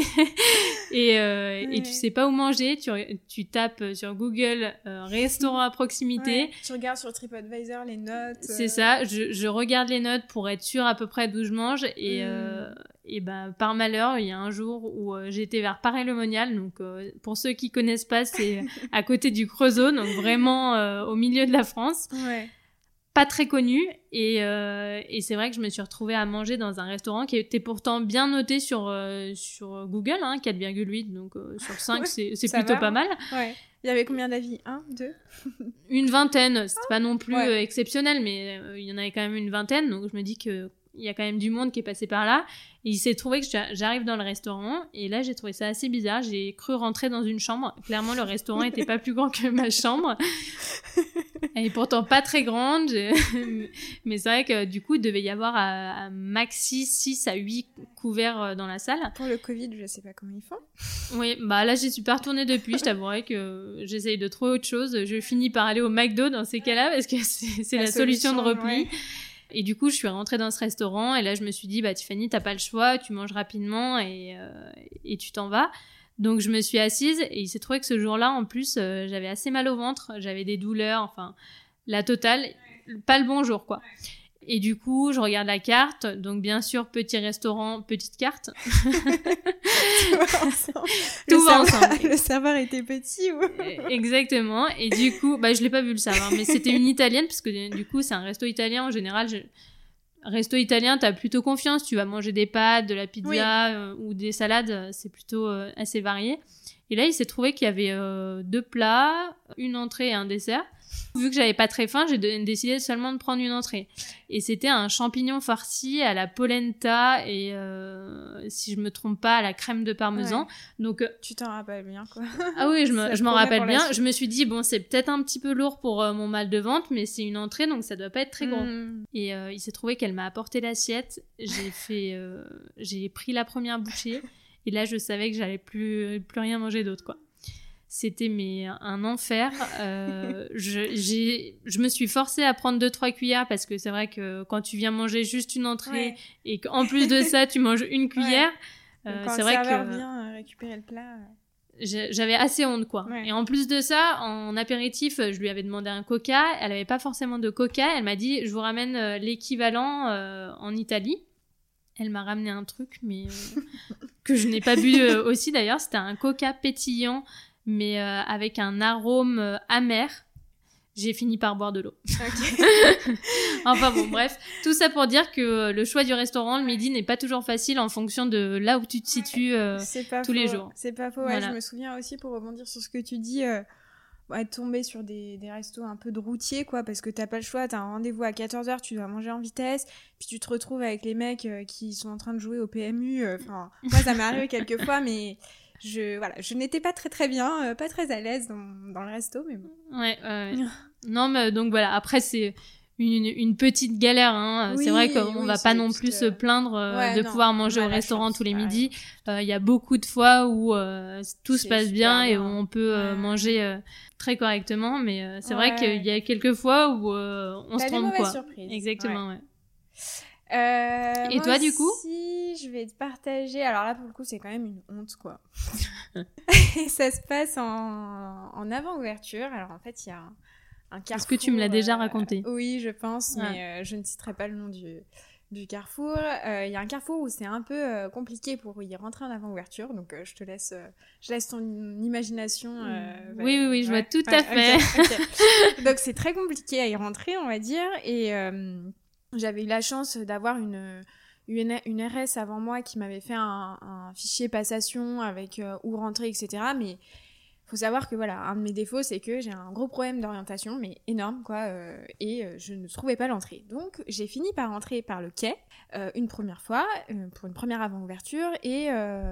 et tu sais pas où manger, tu tapes sur Google restaurant à proximité. Tu regardes sur TripAdvisor les notes. C'est ça, je regarde les notes pour être sûre à peu près d'où je mange. Et par malheur, il y a un jour où j'étais vers Paray-le-Monial. Donc pour ceux qui connaissent pas, c'est à côté du Creusot, donc vraiment au milieu de la France. Pas très connu et c'est vrai que je me suis retrouvée à manger dans un restaurant qui était pourtant bien noté sur Google, 4,8, donc sur 5 c'est plutôt pas mal. Il y avait combien d'avis? 1, 2? Une vingtaine, c'était pas non plus exceptionnel, mais il y en avait quand même une vingtaine, donc je me dis que il y a quand même du monde qui est passé par là. Et il s'est trouvé que j'arrive dans le restaurant. Et là, j'ai trouvé ça assez bizarre. J'ai cru rentrer dans une chambre. Clairement, le restaurant était pas plus grand que ma chambre. Elle est pourtant pas très grande. Mais c'est vrai que du coup, il devait y avoir un maxi 6 à 8 couverts dans la salle. Pour le Covid, je sais pas comment ils font. Oui, bah là, j'y suis pas retournée depuis. Je t'avouerai que j'essaye de trouver autre chose. Je finis par aller au McDo dans ces cas-là parce que c'est la solution de repli. Ouais. Et du coup, je suis rentrée dans ce restaurant et là, je me suis dit, bah Tiffany, t'as pas le choix, tu manges rapidement et tu t'en vas. Donc, je me suis assise et il s'est trouvé que ce jour-là, en plus, j'avais assez mal au ventre, j'avais des douleurs, enfin, la totale, pas le bon jour, quoi. Et du coup, je regarde la carte, donc bien sûr, petit restaurant, petite carte. Tout va ensemble. Le serveur était petit ou... Exactement. Et du coup, bah, je l'ai pas vu le serveur, mais c'était une italienne, parce que du coup, c'est un resto italien. En général, resto italien, t'as plutôt confiance. Tu vas manger des pâtes, de la pizza ou des salades. C'est plutôt assez varié. Et là, il s'est trouvé qu'il y avait 2 plats, une entrée et un dessert. Vu que j'avais pas très faim, j'ai décidé seulement de prendre une entrée. Et c'était un champignon farci à la polenta et, si je me trompe pas, à la crème de parmesan. Ouais. Donc, tu t'en rappelles bien, quoi. Ah oui, je m'en rappelle bien. Je me suis dit, bon, c'est peut-être un petit peu lourd pour mon mal de ventre, mais c'est une entrée, donc ça doit pas être très gros. Et il s'est trouvé qu'elle m'a apporté l'assiette. J'ai pris la première bouchée. Et là, je savais que j'allais plus rien manger d'autre, quoi. C'était un enfer. Je me suis forcée à prendre 2-3 cuillères parce que c'est vrai que quand tu viens manger juste une entrée et qu'en plus de ça, tu manges une cuillère, c'est vrai que... Quand le serveur vient récupérer le plat... J'avais assez honte, quoi. Ouais. Et en plus de ça, en apéritif, je lui avais demandé un coca. Elle avait pas forcément de coca. Elle m'a dit, je vous ramène l'équivalent en Italie. Elle m'a ramené un truc, mais que je n'ai pas bu aussi d'ailleurs. C'était un coca pétillant, mais avec un arôme amer. J'ai fini par boire de l'eau. Okay. Enfin bon, bref. Tout ça pour dire que le choix du restaurant le midi n'est pas toujours facile en fonction de là où tu te situes tous les jours. C'est pas faux, ouais. Voilà. Je me souviens aussi, pour rebondir sur ce que tu dis... être tombé sur des restos un peu de routier, quoi, parce que t'as pas le choix, t'as un rendez-vous à 14h, tu dois manger en vitesse, puis tu te retrouves avec les mecs qui sont en train de jouer au PMU, enfin, moi ça m'est arrivé quelques fois, mais je n'étais pas très très bien, pas très à l'aise dans le resto, mais bon. Ouais. Non, mais donc voilà, après c'est une petite galère, hein. Oui, c'est vrai qu'on va pas non plus se plaindre de pouvoir manger au restaurant tous les midis. Il y a beaucoup de fois où tout se passe bien et où on peut manger très correctement, mais c'est vrai qu'il y a quelques fois où on se trompe, quoi. Surprises. Exactement, ouais. Et toi, du coup? Si je vais te partager, alors là pour le coup c'est quand même une honte, quoi. Et ça se passe en avant-ouverture. Alors en fait il y a un carrefour. Est-ce que tu me l'as déjà raconté? Oui, je pense, mais je ne citerai pas le nom du carrefour. Il y a un carrefour où c'est un peu compliqué pour y rentrer en avant-ouverture, donc je laisse ton imagination. Oui, je vois tout à fait. Okay. Donc c'est très compliqué à y rentrer, on va dire, et j'avais eu la chance d'avoir une RS avant moi qui m'avait fait un fichier passation avec où rentrer, etc. Mais faut savoir que voilà, un de mes défauts, c'est que j'ai un gros problème d'orientation, mais énorme, quoi, et je ne trouvais pas l'entrée. Donc j'ai fini par rentrer par le quai une première fois, pour une première avant-ouverture, et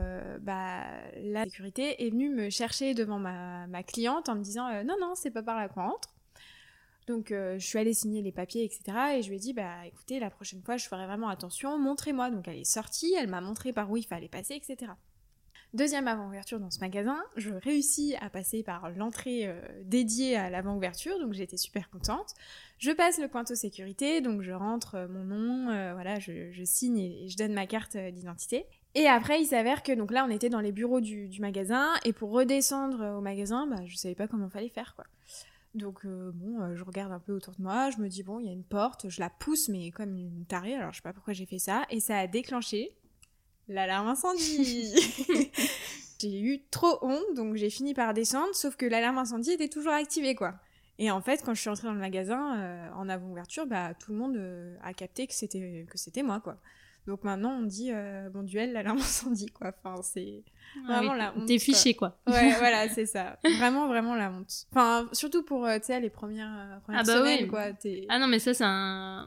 la sécurité est venue me chercher devant ma cliente en me disant non, c'est pas par là qu'on rentre. Donc je suis allée signer les papiers, etc. Et je lui ai dit, écoutez, la prochaine fois, je ferai vraiment attention, montrez-moi. Donc elle est sortie, elle m'a montré par où il fallait passer, etc. Deuxième avant-ouverture dans ce magasin, je réussis à passer par l'entrée dédiée à l'avant-ouverture, donc j'étais super contente. Je passe le pointeau sécurité, donc je rentre mon nom, je signe et je donne ma carte d'identité. Et après, il s'avère que donc là, on était dans les bureaux du magasin, et pour redescendre au magasin, je savais pas comment fallait faire, quoi. Donc je regarde un peu autour de moi, je me dis il y a une porte, je la pousse mais comme une tarée, alors je sais pas pourquoi j'ai fait ça, et ça a déclenché l'alarme incendie. J'ai eu trop honte, donc j'ai fini par descendre, sauf que l'alarme incendie était toujours activée, quoi. Et en fait, quand je suis entrée dans le magasin en avant-ouverture, tout le monde a capté que c'était moi, quoi. Donc maintenant, on dit bon duel, l'alarme incendie, quoi. Enfin, c'est vraiment la honte. T'es fiché, quoi. Ouais, voilà, c'est ça. Vraiment, vraiment la honte. Enfin, surtout pour, tu sais, les premières semaines, quoi. Ah non, mais ça,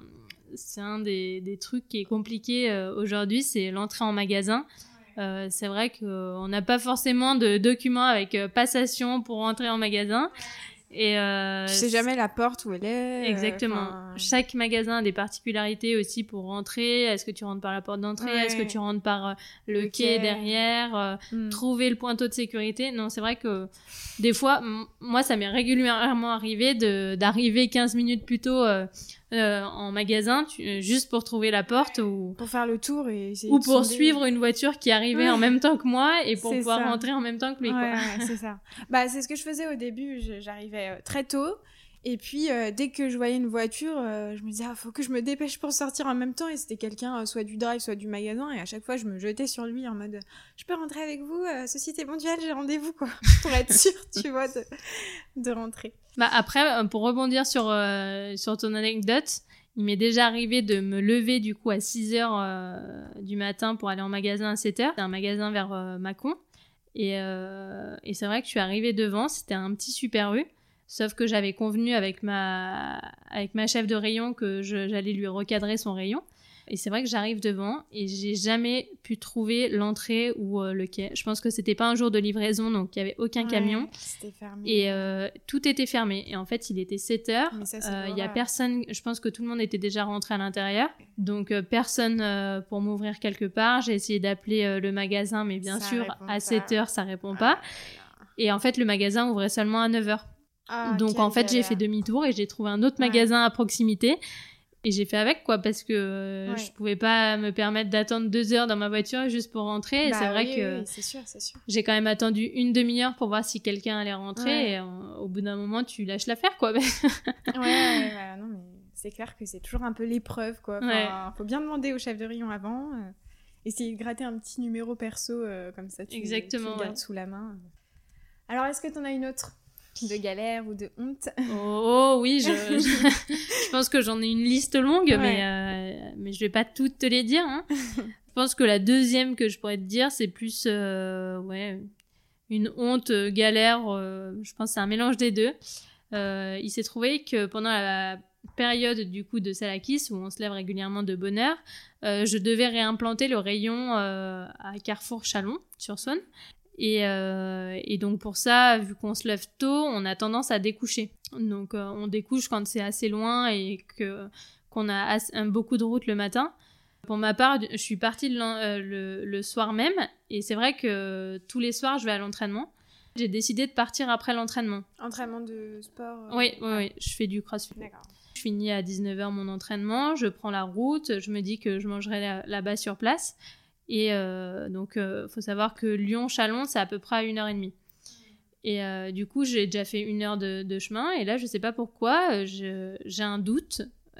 C'est un des trucs qui est compliqué aujourd'hui, c'est l'entrée en magasin. C'est vrai qu'on n'a pas forcément de documents avec passation pour entrer en magasin. Et tu sais jamais la porte où elle est. Exactement. Chaque magasin a des particularités aussi pour rentrer. Est-ce que tu rentres par la porte d'entrée? Est-ce que tu rentres par le quai derrière? Trouver le pointeau de sécurité? Non, c'est vrai que des fois, moi, ça m'est régulièrement arrivé d'arriver 15 minutes plus tôt en magasin juste pour trouver la porte ou pour faire le tour et ou pour suivre une voiture qui arrivait en même temps que moi et pour pouvoir rentrer en même temps que lui. Ouais, c'est ça. C'est ce que je faisais au début. J'arrivais très tôt et puis dès que je voyais une voiture, je me disais faut que je me dépêche pour sortir en même temps, et c'était quelqu'un soit du drive soit du magasin, et à chaque fois je me jetais sur lui en mode je peux rentrer avec vous, Société Mondiale, j'ai rendez-vous quoi, pour être sûre tu vois de rentrer. Après, pour rebondir sur ton anecdote, il m'est déjà arrivé de me lever du coup à 6h du matin pour aller en magasin à 7h. C'est un magasin vers Mâcon. Et c'est vrai que je suis arrivée devant, c'était un petit Super U. Sauf que j'avais convenu avec ma chef de rayon que j'allais lui recadrer son rayon. Et c'est vrai que j'arrive devant et j'ai jamais pu trouver l'entrée ou le quai. Je pense que c'était pas un jour de livraison, donc il y avait aucun camion. C'était fermé. Et tout était fermé. Et en fait, il était 7h. Il y a personne, je pense que tout le monde était déjà rentré à l'intérieur. Donc personne pour m'ouvrir quelque part. J'ai essayé d'appeler le magasin, mais bien sûr, à 7h, ça répond pas. Et en fait, le magasin ouvrait seulement à 9h. Donc en fait, j'ai fait demi-tour et j'ai trouvé un autre magasin à proximité. Et j'ai fait avec, quoi, parce que je pouvais pas me permettre d'attendre 2 heures dans ma voiture juste pour rentrer. Et c'est vrai que c'est sûr. J'ai quand même attendu une demi-heure pour voir si quelqu'un allait rentrer. Et au bout d'un moment, tu lâches l'affaire, quoi. Non, mais c'est clair que c'est toujours un peu l'épreuve, quoi. Faut bien demander au chef de rayon avant. Essayer de gratter un petit numéro perso, comme ça, tu le gardes sous la main. Alors, est-ce que t'en as une autre de galère ou de honte? Oh oui, je pense que j'en ai une liste longue, mais je vais pas toutes te les dire. Hein. Je pense que la deuxième que je pourrais te dire, c'est plus une honte, galère. Je pense que c'est un mélange des deux. Il s'est trouvé que pendant la période du coup de Salakis, où on se lève régulièrement de bonne heure, je devais réimplanter le rayon à Carrefour Chalon sur Saône. Et donc pour ça, vu qu'on se lève tôt, on a tendance à découcher. Donc on découche quand c'est assez loin et qu'on a beaucoup de route le matin. Pour ma part, je suis partie le soir même, et c'est vrai que tous les soirs, je vais à l'entraînement. J'ai décidé de partir après l'entraînement. Entraînement de sport Oui, je fais du crossfit. D'accord. Je finis à 19h mon entraînement, je prends la route, je me dis que je mangerai là-bas sur place. Et donc, faut savoir que Lyon-Chalon, c'est à peu près à 1h30. Et du coup, j'ai déjà fait 1 heure de chemin. Et là, je sais pas pourquoi, j'ai un doute.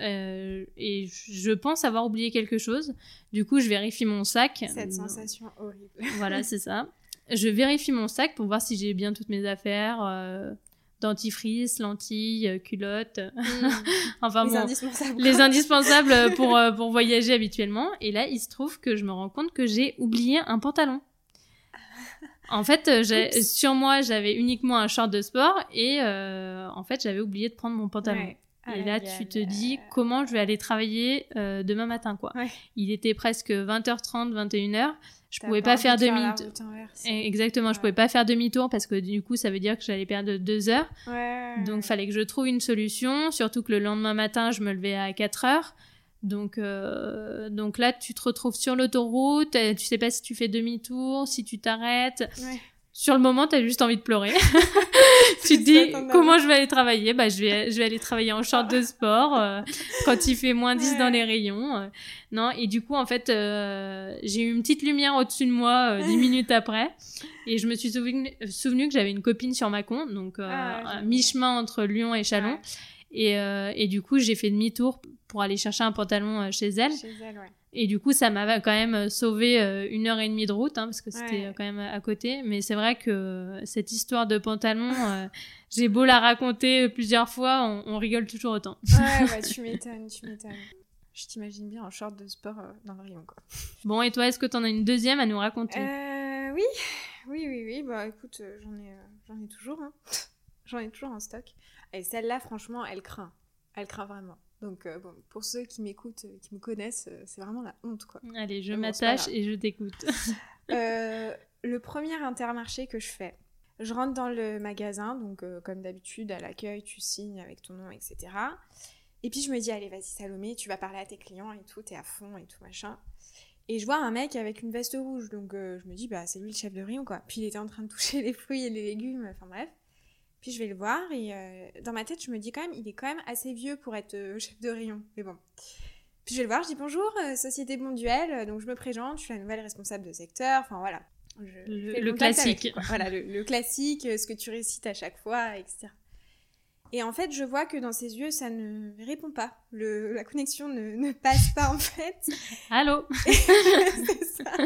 Et je pense avoir oublié quelque chose. Du coup, je vérifie mon sac. Cette sensation horrible. Voilà, c'est ça. Je vérifie mon sac pour voir si j'ai bien toutes mes affaires. Dentifrice, lentilles, culottes, enfin les indispensables pour voyager habituellement. Et là, il se trouve que je me rends compte que j'ai oublié un pantalon. En fait, sur moi, j'avais uniquement un short de sport et en fait, j'avais oublié de prendre mon pantalon. Et là, tu te dis comment je vais aller travailler demain matin, quoi. Il était presque 20h30, 21h. Je pouvais pas faire demi-tour. Exactement, je pouvais pas faire demi-tour parce que du coup, ça veut dire que j'allais perdre 2 heures. Donc, fallait que je trouve une solution. Surtout que le lendemain matin, je me levais à 4h. Donc là, tu te retrouves sur l'autoroute. Tu sais pas si tu fais demi-tour, si tu t'arrêtes. Sur le moment, t'as juste envie de pleurer. Tu te dis, comment je vais aller travailler? Je vais aller travailler en short de sport, quand il fait moins 10 dans les rayons. Non, et du coup, en fait, j'ai eu une petite lumière au-dessus de moi 10 minutes après. Et je me suis souvenu que j'avais une copine sur Mâcon, donc à mi-chemin entre Lyon et Chalon. Et du coup, j'ai fait demi-tour pour aller chercher un pantalon chez elle. Et du coup, ça m'a quand même sauvé 1h30 de route, hein, parce que c'était quand même à côté. Mais c'est vrai que cette histoire de pantalon, j'ai beau la raconter plusieurs fois, on rigole toujours autant. Tu m'étonnes. Je t'imagine bien en short de sport dans le rayon, quoi. Bon, et toi, est-ce que t'en as une deuxième à nous raconter? Oui. Bah écoute, j'en ai toujours, hein. J'en ai toujours en stock. Et celle-là, franchement, elle craint. Elle craint vraiment. Donc, pour ceux qui m'écoutent, qui me connaissent, c'est vraiment la honte, quoi. Allez, je m'attache et je t'écoute. Le premier Intermarché que je fais, je rentre dans le magasin, donc comme d'habitude, à l'accueil, tu signes avec ton nom, etc. Et puis je me dis, allez, vas-y Salomé, tu vas parler à tes clients et tout, t'es à fond et tout, machin. Et je vois un mec avec une veste rouge, donc je me dis, bah c'est lui le chef de rayon, quoi. Puis il était en train de toucher les fruits et les légumes, enfin bref. Puis je vais le voir et dans ma tête, je me dis quand même, il est quand même assez vieux pour être chef de rayon. Mais bon. Puis je vais le voir, je dis bonjour, Société Bonduelle. Donc je me présente, je suis la nouvelle responsable de secteur. Enfin voilà. Le classique. Voilà, le classique, ce que tu récites à chaque fois, etc. Et en fait, je vois que dans ses yeux, ça ne répond pas. La connexion ne passe pas en fait. Allô. C'est ça.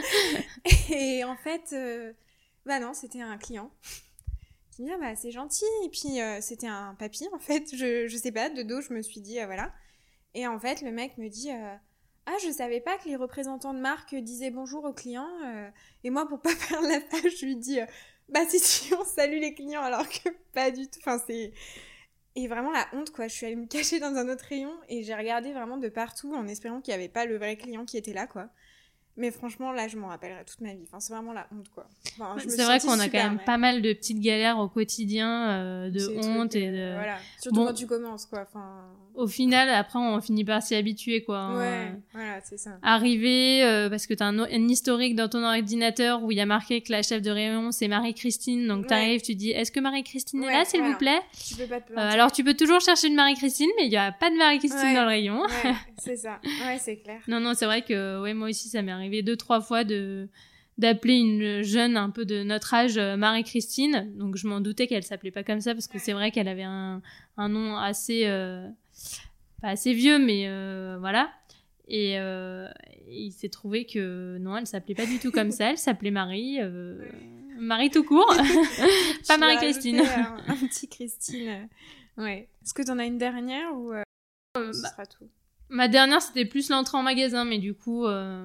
Et en fait, bah non, c'était un client. Je me dis, ah bah c'est gentil. Et puis c'était un papy en fait. Je sais pas, de dos, je me suis dit, voilà. Et en fait, le mec me dit, ah, je savais pas que les représentants de marque disaient bonjour aux clients. Et moi, pour pas perdre la page, je lui dis, bah si, on salue les clients, alors que pas du tout. Enfin, c'est. Et vraiment la honte, quoi. Je suis allée me cacher dans un autre rayon et j'ai regardé vraiment de partout en espérant qu'il n'y avait pas le vrai client qui était là, quoi. Mais franchement, là, je m'en rappellerai toute ma vie. Enfin, c'est vraiment la honte, quoi. Enfin, c'est vrai qu'on a quand même pas mal de petites galères au quotidien, de honte et de... Voilà. Surtout quand tu commences, quoi. Enfin... Au final, après, on finit par s'y habituer, quoi. Ouais, voilà, c'est ça. Arriver, parce que t'as un historique dans ton ordinateur où il y a marqué que la chef de rayon, c'est Marie-Christine. Donc t'arrives, tu dis, est-ce que Marie-Christine est là, s'il vous plaît? Tu peux pas te planter. Alors, tu peux toujours chercher une Marie-Christine, mais il y a pas de Marie-Christine dans le rayon. Ouais, c'est ça. Ouais, c'est clair. Non, c'est vrai que, ouais, moi aussi, ça m'est arrivé 2-3 fois d'appeler une jeune un peu de notre âge Marie-Christine. Donc, je m'en doutais qu'elle s'appelait pas comme ça, parce que c'est vrai qu'elle avait un nom assez... pas assez vieux, mais voilà. Et il s'est trouvé que non, elle s'appelait pas du tout comme ça. Elle s'appelait Marie. Marie tout court. Pas Marie-Christine. Un petit Christine. Ouais. Est-ce que t'en as une dernière ou ce sera tout? Ma dernière, c'était plus l'entrée en magasin, mais du coup...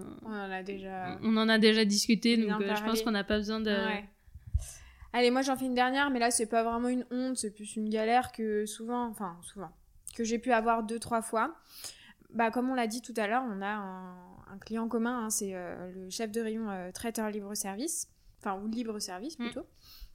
on en a déjà discuté, donc je pense qu'on n'a pas besoin de... Ouais. Allez, moi j'en fais une dernière, mais là c'est pas vraiment une honte, c'est plus une galère que souvent, que j'ai pu avoir 2-3 fois. Bah, comme on l'a dit tout à l'heure, on a un client commun, hein, c'est le chef de rayon traiteur libre-service, ou libre-service plutôt.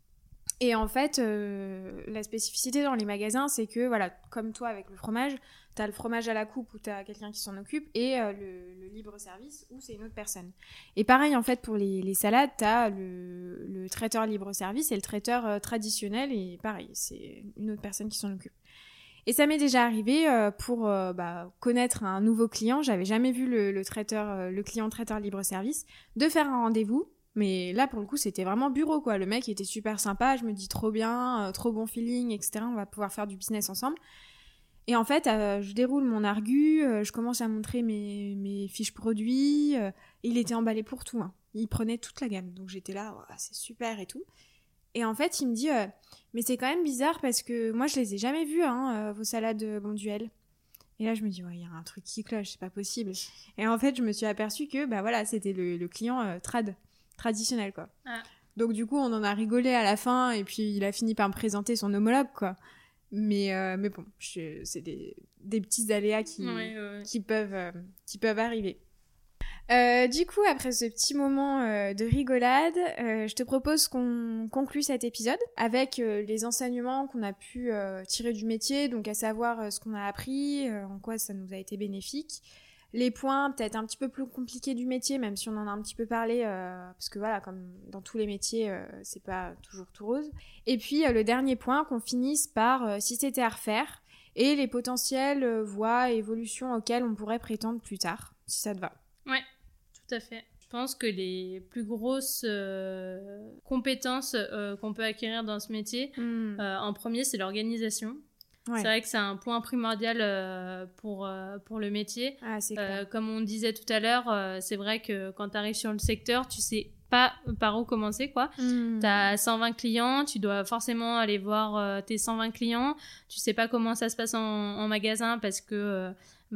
Et en fait, la spécificité dans les magasins, c'est que, voilà, comme toi avec le fromage, t'as le fromage à la coupe où t'as quelqu'un qui s'en occupe et le libre-service où c'est une autre personne. Et pareil, en fait, pour les salades, t'as le traiteur libre-service et le traiteur traditionnel et pareil, c'est une autre personne qui s'en occupe. Et ça m'est déjà arrivé pour connaître un nouveau client, j'avais jamais vu le client traiteur libre-service, de faire un rendez-vous. Mais là, pour le coup, c'était vraiment bureau, quoi. Le mec était super sympa, je me dis trop bien, trop bon feeling, etc. On va pouvoir faire du business ensemble. Et en fait, je déroule mon argu, je commence à montrer mes fiches produits. Il était emballé pour tout, hein. Il prenait toute la gamme. Donc j'étais là, oh, c'est super et tout. Et en fait, il me dit, mais c'est quand même bizarre parce que moi, je les ai jamais vues, hein, vos salades Bonduelle. Et là, je me dis, ouais, il y a un truc qui cloche, c'est pas possible. Et en fait, je me suis aperçue que, voilà, c'était le client traditionnel, quoi. Ah. Donc du coup, on en a rigolé à la fin et puis il a fini par me présenter son homologue, quoi. Mais bon, c'est des petits aléas qui peuvent arriver. Du coup, après ce petit moment de rigolade, je te propose qu'on conclue cet épisode avec les enseignements qu'on a pu tirer du métier, donc à savoir ce qu'on a appris, en quoi ça nous a été bénéfique. Les points peut-être un petit peu plus compliqués du métier, même si on en a un petit peu parlé, parce que voilà, comme dans tous les métiers, c'est pas toujours tout rose. Et puis le dernier point, qu'on finisse par si c'était à refaire, et les potentielles voies et évolutions auxquelles on pourrait prétendre plus tard, si ça te va. Ouais, tout à fait. Je pense que les plus grosses compétences qu'on peut acquérir dans ce métier, en premier, c'est l'organisation. Ouais. C'est vrai que c'est un point primordial pour le métier. Ah, c'est clair. Comme on disait tout à l'heure, c'est vrai que quand tu arrives sur le secteur, tu sais pas par où commencer, quoi. T'as 120 clients, tu dois forcément aller voir tes 120 clients. Tu sais pas comment ça se passe en magasin parce que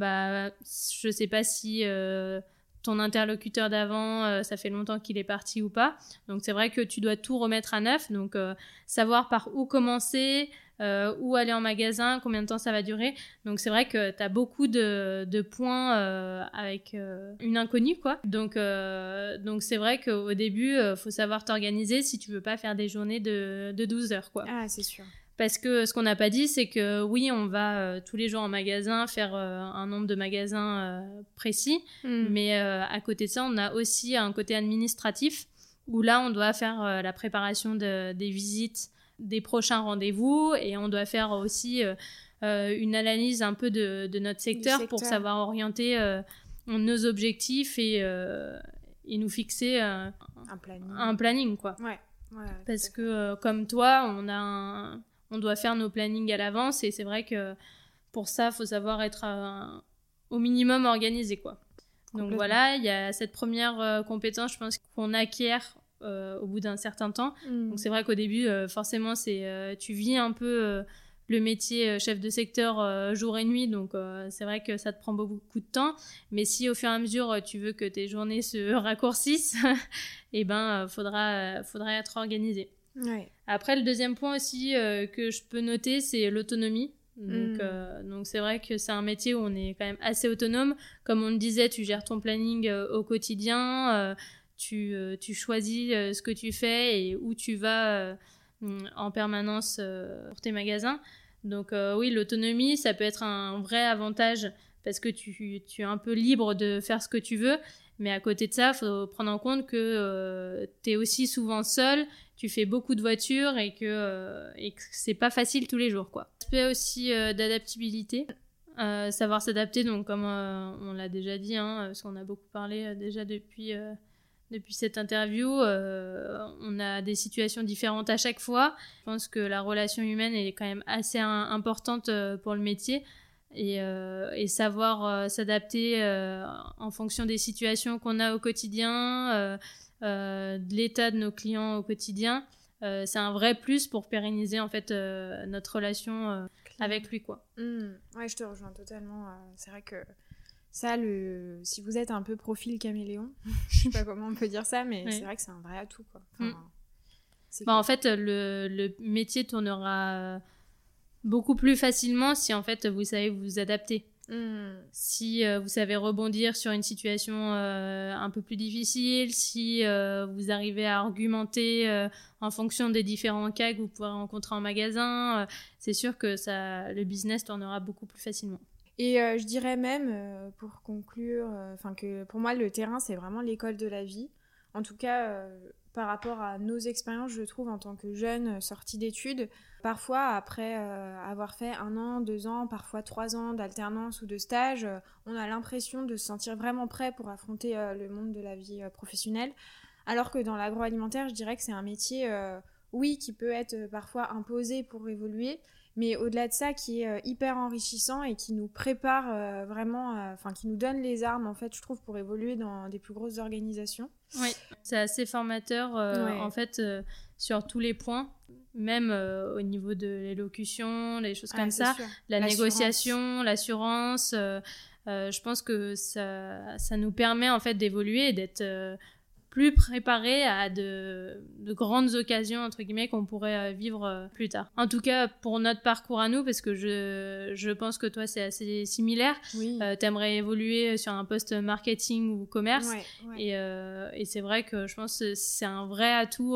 je sais pas si ton interlocuteur d'avant, ça fait longtemps qu'il est parti ou pas. Donc c'est vrai que tu dois tout remettre à neuf. Donc savoir par où commencer, où aller en magasin, combien de temps ça va durer. Donc c'est vrai que tu as beaucoup de points avec une inconnue, quoi. Donc c'est vrai qu'au début, faut savoir t'organiser si tu veux pas faire des journées de 12 heures, quoi. Ah, c'est sûr. Parce que ce qu'on n'a pas dit, c'est que oui, on va tous les jours en magasin faire un nombre de magasins précis, mais à côté de ça, on a aussi un côté administratif où là, on doit faire la préparation des visites, des prochains rendez-vous, et on doit faire aussi une analyse un peu de notre secteur pour savoir orienter nos objectifs et nous fixer un planning, quoi. Ouais, parce que comme toi, on doit faire nos plannings à l'avance, et c'est vrai que pour ça, il faut savoir être au minimum organisé, quoi. Donc voilà, il y a cette première compétence, je pense, qu'on acquiert au bout d'un certain temps. Donc c'est vrai qu'au début, forcément, tu vis un peu le métier chef de secteur jour et nuit, donc c'est vrai que ça te prend beaucoup de temps. Mais si au fur et à mesure, tu veux que tes journées se raccourcissent, eh ben, faudra être organisé. Ouais. Après, le deuxième point aussi que je peux noter, c'est l'autonomie. Donc c'est vrai que c'est un métier où on est quand même assez autonome. Comme on le disait, tu gères ton planning au quotidien, tu choisis ce que tu fais et où tu vas en permanence pour tes magasins. Donc oui, l'autonomie, ça peut être un vrai avantage parce que tu es un peu libre de faire ce que tu veux. Mais à côté de ça, il faut prendre en compte que tu es aussi souvent seul, tu fais beaucoup de voitures et que c'est pas facile tous les jours, quoi. L'aspect aussi d'adaptabilité, savoir s'adapter, donc comme on l'a déjà dit, parce qu'on a beaucoup parlé déjà depuis cette interview, on a des situations différentes à chaque fois. Je pense que la relation humaine est quand même assez importante pour le métier. Et savoir s'adapter en fonction des situations qu'on a au quotidien, de l'état de nos clients au quotidien, c'est un vrai plus pour pérenniser en fait notre relation avec lui, quoi. Ouais, je te rejoins totalement. C'est vrai que ça, si vous êtes un peu profil caméléon, je sais pas comment on peut dire ça, mais c'est vrai que c'est un vrai atout, quoi. En fait, le métier tournera beaucoup plus facilement si en fait vous savez vous adapter. Si vous savez rebondir sur une situation un peu plus difficile, si vous arrivez à argumenter en fonction des différents cas que vous pourrez rencontrer en magasin, c'est sûr que le business tournera beaucoup plus facilement. Et je dirais même, pour conclure, que pour moi le terrain c'est vraiment l'école de la vie. En tout cas, par rapport à nos expériences, je trouve, en tant que jeune sortie d'études, parfois après avoir fait 1 an, 2 ans, parfois 3 ans d'alternance ou de stage, on a l'impression de se sentir vraiment prêt pour affronter le monde de la vie professionnelle. Alors que dans l'agroalimentaire, je dirais que c'est un métier, oui, qui peut être parfois imposé pour évoluer, mais au-delà de ça, qui est hyper enrichissant et qui nous prépare vraiment, qui nous donne les armes, en fait, je trouve, pour évoluer dans des plus grosses organisations. Oui, c'est assez formateur, en fait, sur tous les points, même au niveau de l'élocution, les choses comme ça, sûr. La négociation, l'assurance. Je pense que ça nous permet, en fait, d'évoluer et d'être plus préparé à de grandes occasions, entre guillemets, qu'on pourrait vivre plus tard. En tout cas, pour notre parcours à nous, parce que je pense que toi, c'est assez similaire. Oui. T'aimerais évoluer sur un poste marketing ou commerce. Ouais. Et c'est vrai que je pense que c'est un vrai atout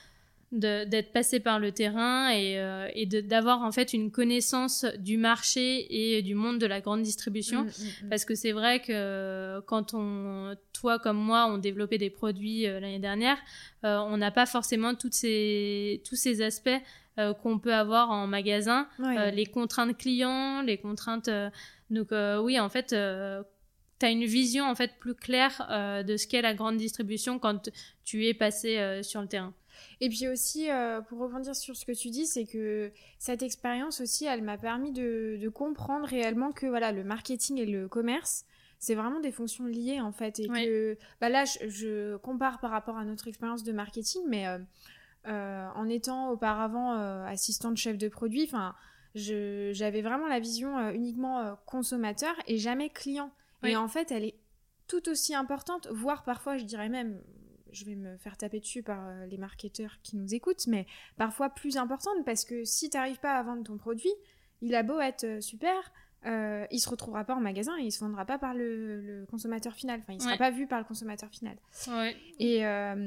d'être passé par le terrain et d'avoir en fait une connaissance du marché et du monde de la grande distribution. Parce que c'est vrai que quand toi comme moi, on développait des produits l'année dernière, on n'a pas forcément tous ces aspects qu'on peut avoir en magasin, les contraintes clients, les contraintes... donc oui, en fait... tu as une vision en fait plus claire de ce qu'est la grande distribution quand tu es passé sur le terrain. Et puis aussi, pour rebondir sur ce que tu dis, c'est que cette expérience aussi, elle m'a permis de comprendre réellement que voilà, le marketing et le commerce, c'est vraiment des fonctions liées en fait. Et que là, je compare par rapport à notre expérience de marketing, mais en étant auparavant assistante chef de produit, j'avais vraiment la vision uniquement consommateur et jamais client. Et en fait, elle est tout aussi importante, voire parfois, je dirais même je vais me faire taper dessus par les marketeurs qui nous écoutent, mais parfois plus importante, parce que si t'arrives pas à vendre ton produit, il a beau être super, il se retrouvera pas en magasin et il se vendra pas par le consommateur final. Enfin, il sera pas vu par le consommateur final. Ouais. Et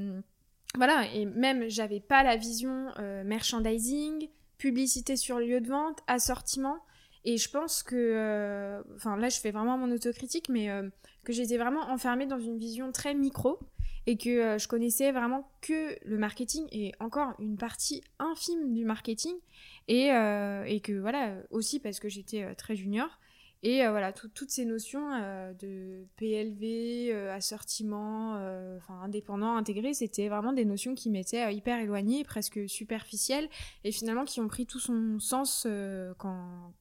voilà, et même j'avais pas la vision merchandising, publicité sur le lieu de vente, assortiment. Et je pense que, enfin là je fais vraiment mon autocritique, mais que j'étais vraiment enfermée dans une vision très micro et que je connaissais vraiment que le marketing et encore une partie infime du marketing et que voilà, aussi parce que j'étais très junior. Et voilà, toutes ces notions de PLV, assortiment, indépendant, intégré, c'était vraiment des notions qui m'étaient hyper éloignées, presque superficielles, et finalement qui ont pris tout son sens quand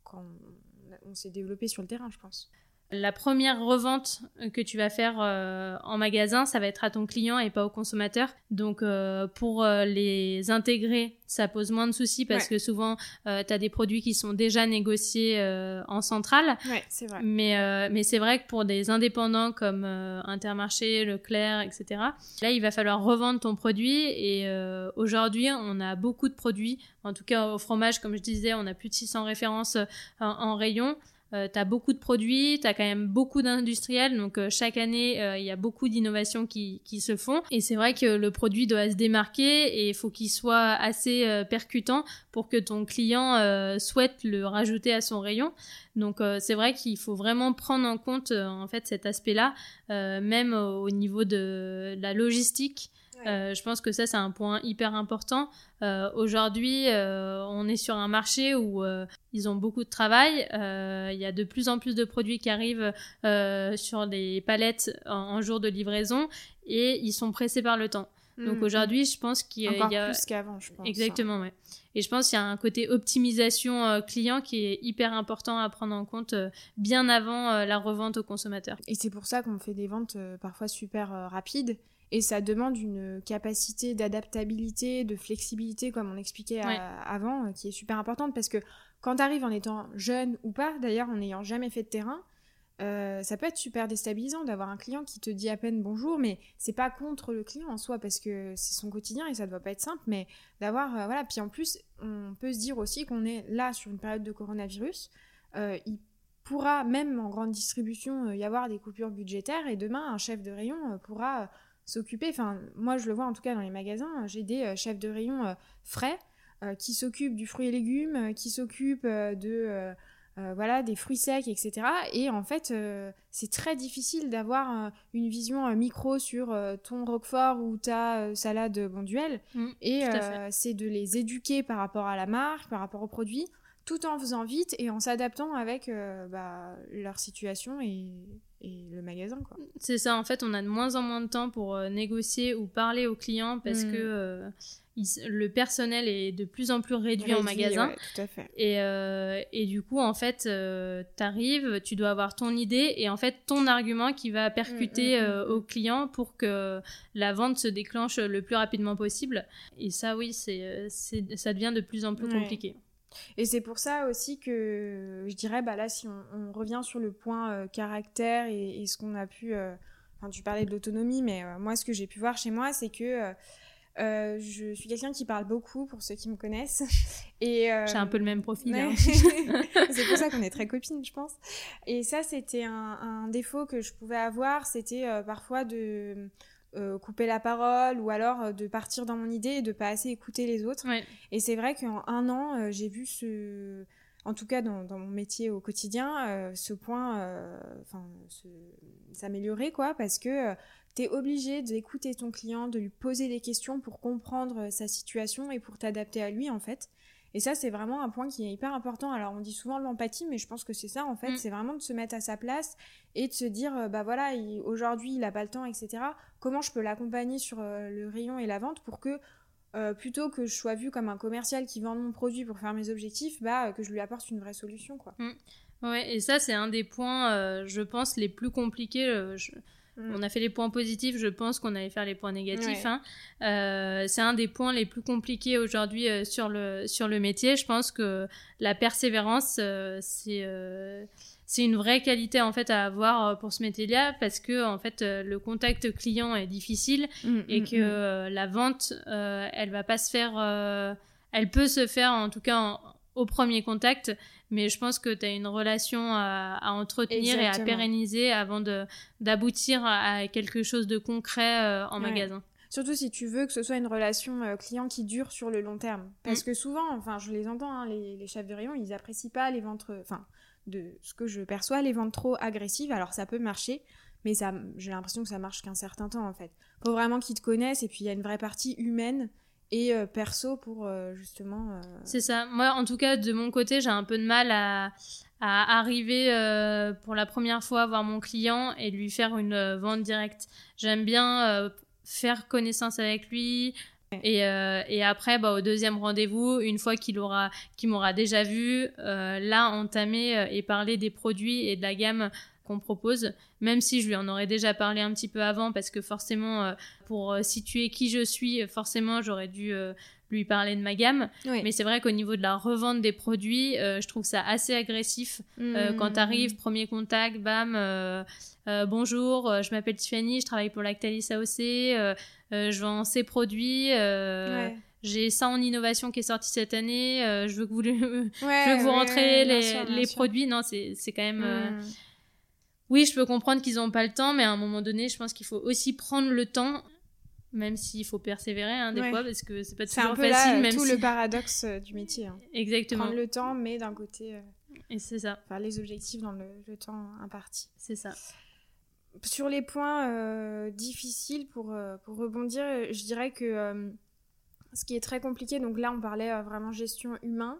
on s'est développé sur le terrain, je pense. La première revente que tu vas faire en magasin, ça va être à ton client et pas au consommateur. Donc, pour les intégrer, ça pose moins de soucis parce que souvent, tu as des produits qui sont déjà négociés en centrale. Ouais, c'est vrai. Mais c'est vrai que pour des indépendants comme Intermarché, Leclerc, etc., là, il va falloir revendre ton produit. Et aujourd'hui, on a beaucoup de produits. En tout cas, au fromage, comme je disais, on a plus de 600 références en rayon. T'as beaucoup de produits, t'as quand même beaucoup d'industriels, donc chaque année il y a beaucoup d'innovations qui se font, et c'est vrai que le produit doit se démarquer et il faut qu'il soit assez percutant pour que ton client souhaite le rajouter à son rayon. Donc c'est vrai qu'il faut vraiment prendre en compte en fait cet aspect-là, même au niveau de la logistique. Je pense que ça c'est un point hyper important. Aujourd'hui on est sur un marché où ils ont beaucoup de travail, il y a de plus en plus de produits qui arrivent sur des palettes en jour de livraison et ils sont pressés par le temps. Donc aujourd'hui je pense qu'il y a... Encore plus qu'avant, je pense. Exactement, ouais. Et je pense qu'il y a un côté optimisation client qui est hyper important à prendre en compte bien avant la revente au consommateur. Et c'est pour ça qu'on fait des ventes parfois super rapides. Et ça demande une capacité d'adaptabilité, de flexibilité, comme on expliquait avant, qui est super importante. Parce que quand tu arrives en étant jeune ou pas, d'ailleurs en n'ayant jamais fait de terrain, ça peut être super déstabilisant d'avoir un client qui te dit à peine bonjour, mais c'est pas contre le client en soi, parce que c'est son quotidien et ça doit pas être simple, mais d'avoir... voilà. Puis en plus, on peut se dire aussi qu'on est là sur une période de coronavirus. Il pourra, même en grande distribution, y avoir des coupures budgétaires, et demain, un chef de rayon pourra... s'occuper, enfin moi je le vois en tout cas dans les magasins, j'ai des chefs de rayon frais qui s'occupent du fruit et légumes, qui s'occupent voilà, des fruits secs, etc. Et en fait c'est très difficile d'avoir une vision micro sur ton roquefort ou ta salade Bonduelle, et c'est de les éduquer par rapport à la marque, par rapport aux produits, tout en faisant vite et en s'adaptant avec leur situation et le magasin, quoi. C'est ça, en fait, on a de moins en moins de temps pour négocier ou parler aux clients parce que le personnel est de plus en plus réduit en magasin. Ouais, tout à fait. Et du coup, en fait, t'arrives, tu dois avoir ton idée et en fait, ton argument qui va percuter au client pour que la vente se déclenche le plus rapidement possible. Et ça, oui, ça devient de plus en plus compliqué. Et c'est pour ça aussi que je dirais, là, si on revient sur le point caractère et ce qu'on a pu... tu parlais de l'autonomie, mais moi, ce que j'ai pu voir chez moi, c'est que je suis quelqu'un qui parle beaucoup, pour ceux qui me connaissent. Et, j'ai un peu le même profil. Ouais. Hein. C'est pour ça qu'on est très copines, je pense. Et ça, c'était un défaut que je pouvais avoir, c'était parfois de... couper la parole, ou alors de partir dans mon idée et de pas assez écouter les autres. Et c'est vrai qu'en un an j'ai vu en tout cas dans mon métier au quotidien, ce point s'améliorer, quoi, parce que t'es obligé d'écouter ton client, de lui poser des questions pour comprendre sa situation et pour t'adapter à lui, en fait. Et ça, c'est vraiment un point qui est hyper important. Alors, on dit souvent l'empathie, mais je pense que c'est ça, en fait. C'est vraiment de se mettre à sa place et de se dire, voilà, aujourd'hui, il n'a pas le temps, etc. Comment je peux l'accompagner sur le rayon et la vente pour que, plutôt que je sois vue comme un commercial qui vend mon produit pour faire mes objectifs, que je lui apporte une vraie solution, quoi. Ouais, et ça, c'est un des points, je pense, les plus compliqués. On a fait les points positifs, je pense qu'on allait faire les points négatifs. C'est un des points les plus compliqués aujourd'hui sur le métier. Je pense que la persévérance, c'est c'est une vraie qualité en fait à avoir pour ce métier-là parce que en fait le contact client est difficile et que la vente elle va pas se faire elle peut se faire en tout cas au premier contact, mais je pense que tu as une relation à entretenir et à pérenniser avant d'aboutir à quelque chose de concret en magasin. Surtout si tu veux que ce soit une relation client qui dure sur le long terme. Parce que souvent, enfin, je les entends, hein, les chefs de rayon, ils apprécient pas les ventes, enfin, de ce que je perçois, les ventes trop agressives. Alors ça peut marcher, mais j'ai l'impression que ça marche qu'un certain temps en fait. Faut vraiment qu'ils te connaissent et puis il y a une vraie partie humaine et perso pour justement... C'est ça. Moi, en tout cas, de mon côté, j'ai un peu de mal à arriver pour la première fois voir mon client et lui faire une vente directe. J'aime bien faire connaissance avec lui et après au deuxième rendez-vous, une fois qu'il m'aura déjà vu, là entamer et parler des produits et de la gamme qu'on propose, même si je lui en aurais déjà parlé un petit peu avant parce que forcément pour situer qui je suis, forcément j'aurais dû lui parler de ma gamme, mais c'est vrai qu'au niveau de la revente des produits, je trouve ça assez agressif quand t'arrives, premier contact, bam, bonjour, je m'appelle Tiffany, je travaille pour Lactalis AOC, je vends ces produits, j'ai ça en innovation qui est sorti cette année, je veux que vous rentrez les produits. Non, c'est quand même... Oui, je peux comprendre qu'ils n'ont pas le temps, mais à un moment donné, je pense qu'il faut aussi prendre le temps, même s'il faut persévérer des fois, parce que c'est pas toujours facile. C'est un peu même tout le paradoxe du métier. Hein. Exactement. Prendre le temps, mais d'un côté... Et c'est ça. Faire les objectifs dans le temps imparti. C'est ça. Sur les points difficiles, pour rebondir, je dirais que ce qui est très compliqué, donc là on parlait vraiment gestion humain,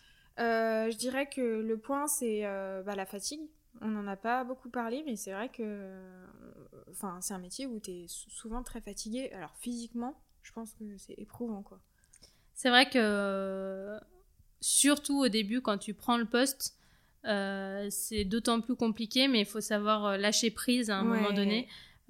je dirais que le point c'est la fatigue. On n'en a pas beaucoup parlé, mais c'est vrai que c'est un métier où tu es souvent très fatigué. Alors physiquement, je pense que c'est éprouvant, quoi. C'est vrai que surtout au début, quand tu prends le poste, c'est d'autant plus compliqué, mais il faut savoir lâcher prise à un moment donné.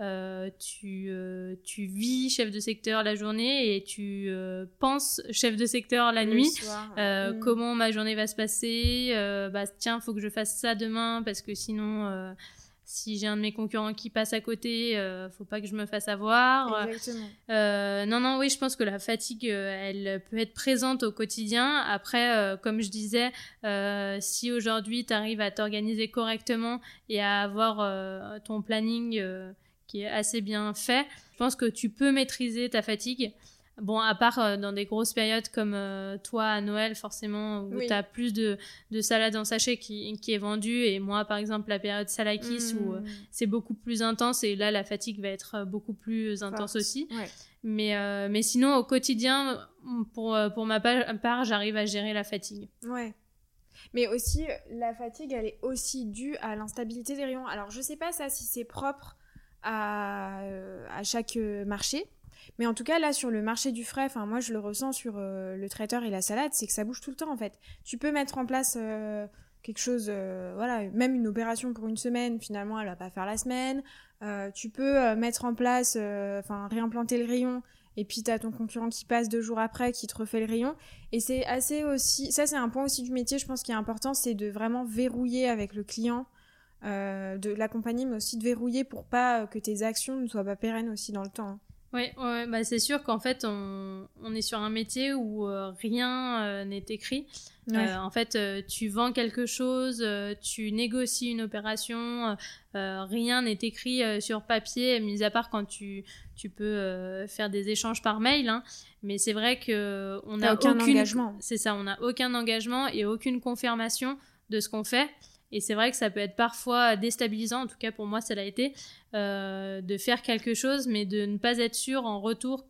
Tu vis chef de secteur la journée et tu penses chef de secteur la nuit. Comment ma journée va se passer, tiens, faut que je fasse ça demain parce que sinon si j'ai un de mes concurrents qui passe à côté, faut pas que je me fasse avoir. Exactement. Oui, je pense que la fatigue elle peut être présente au quotidien. Après comme je disais, si aujourd'hui tu arrives à t'organiser correctement et à avoir ton planning qui est assez bien fait, je pense que tu peux maîtriser ta fatigue. Bon, à part dans des grosses périodes comme toi à Noël, forcément, où tu as plus de salade en sachet qui est vendue, et moi, par exemple, la période Salakis où c'est beaucoup plus intense, et là, la fatigue va être beaucoup plus intense aussi. Mais sinon, au quotidien, pour ma part, j'arrive à gérer la fatigue. Ouais. Mais aussi, la fatigue, elle est aussi due à l'instabilité des rayons. Alors, je sais pas ça, si c'est propre à chaque marché, mais en tout cas là sur le marché du frais, moi je le ressens sur le traiteur et la salade, c'est que ça bouge tout le temps en fait. Tu peux mettre en place quelque chose, même une opération pour une semaine, finalement elle va pas faire la semaine. Tu peux mettre en place, réimplanter le rayon, et puis t'as ton concurrent qui passe 2 jours après qui te refait le rayon. Et c'est assez aussi, ça c'est un point aussi du métier, je pense qui est important, c'est de vraiment verrouiller avec le client, de l'accompagner, mais aussi de verrouiller pour pas que tes actions ne soient pas pérennes aussi dans le temps. Oui, c'est sûr qu'en fait, on est sur un métier où rien n'est écrit. En fait, tu vends quelque chose, tu négocies une opération, rien n'est écrit sur papier, mis à part quand tu peux faire des échanges par mail. Hein. Mais c'est vrai qu'on n'a aucun engagement. C'est ça, on n'a aucun engagement et aucune confirmation de ce qu'on fait. Et c'est vrai que ça peut être parfois déstabilisant, en tout cas pour moi ça l'a été, de faire quelque chose, mais de ne pas être sûr en retour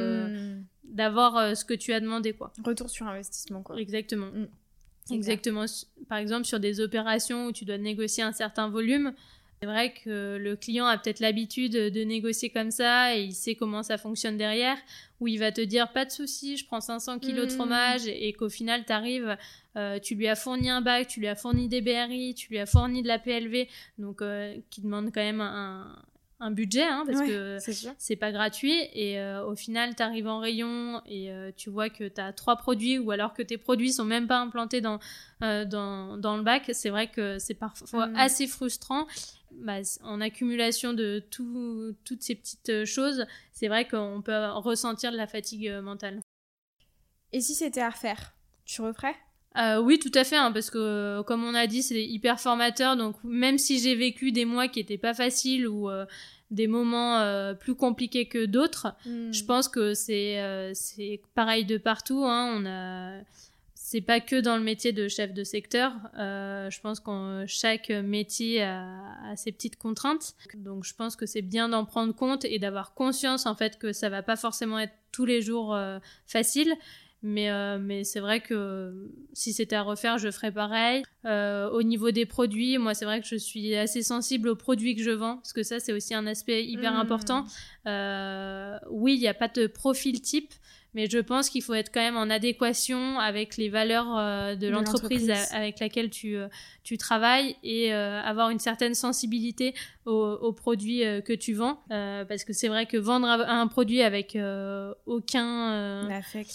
d'avoir ce que tu as demandé, quoi. Retour sur investissement, quoi. Exactement. Exactement. Par exemple, sur des opérations où tu dois négocier un certain volume, c'est vrai que le client a peut-être l'habitude de négocier comme ça et il sait comment ça fonctionne derrière, où il va te dire pas de souci, je prends 500 kilos de fromage, et qu'au final t'arrives, tu lui as fourni un bac, tu lui as fourni des BRI, tu lui as fourni de la PLV, donc qui demande quand même un budget, parce que c'est pas gratuit. Et au final, tu arrives en rayon et tu vois que tu as 3 produits, ou alors que tes produits sont même pas implantés dans le bac. C'est vrai que c'est parfois assez frustrant. En accumulation de toutes ces petites choses, c'est vrai qu'on peut ressentir de la fatigue mentale. Et si c'était à refaire, tu referais ? Oui, tout à fait, parce que comme on a dit, c'est hyper formateur. Donc même si j'ai vécu des mois qui étaient pas faciles ou des moments plus compliqués que d'autres, je pense que c'est pareil de partout. C'est pas que dans le métier de chef de secteur. Je pense que chaque métier a ses petites contraintes. Donc je pense que c'est bien d'en prendre compte et d'avoir conscience en fait que ça va pas forcément être tous les jours facile. Mais c'est vrai que si c'était à refaire, je ferais pareil. Au niveau des produits, moi, c'est vrai que je suis assez sensible aux produits que je vends, parce que ça, c'est aussi un aspect hyper important. Oui, il n'y a pas de profil type, mais je pense qu'il faut être quand même en adéquation avec les valeurs de l'entreprise avec laquelle tu travailles et avoir une certaine sensibilité aux produits que tu vends. Parce que c'est vrai que vendre un produit avec aucun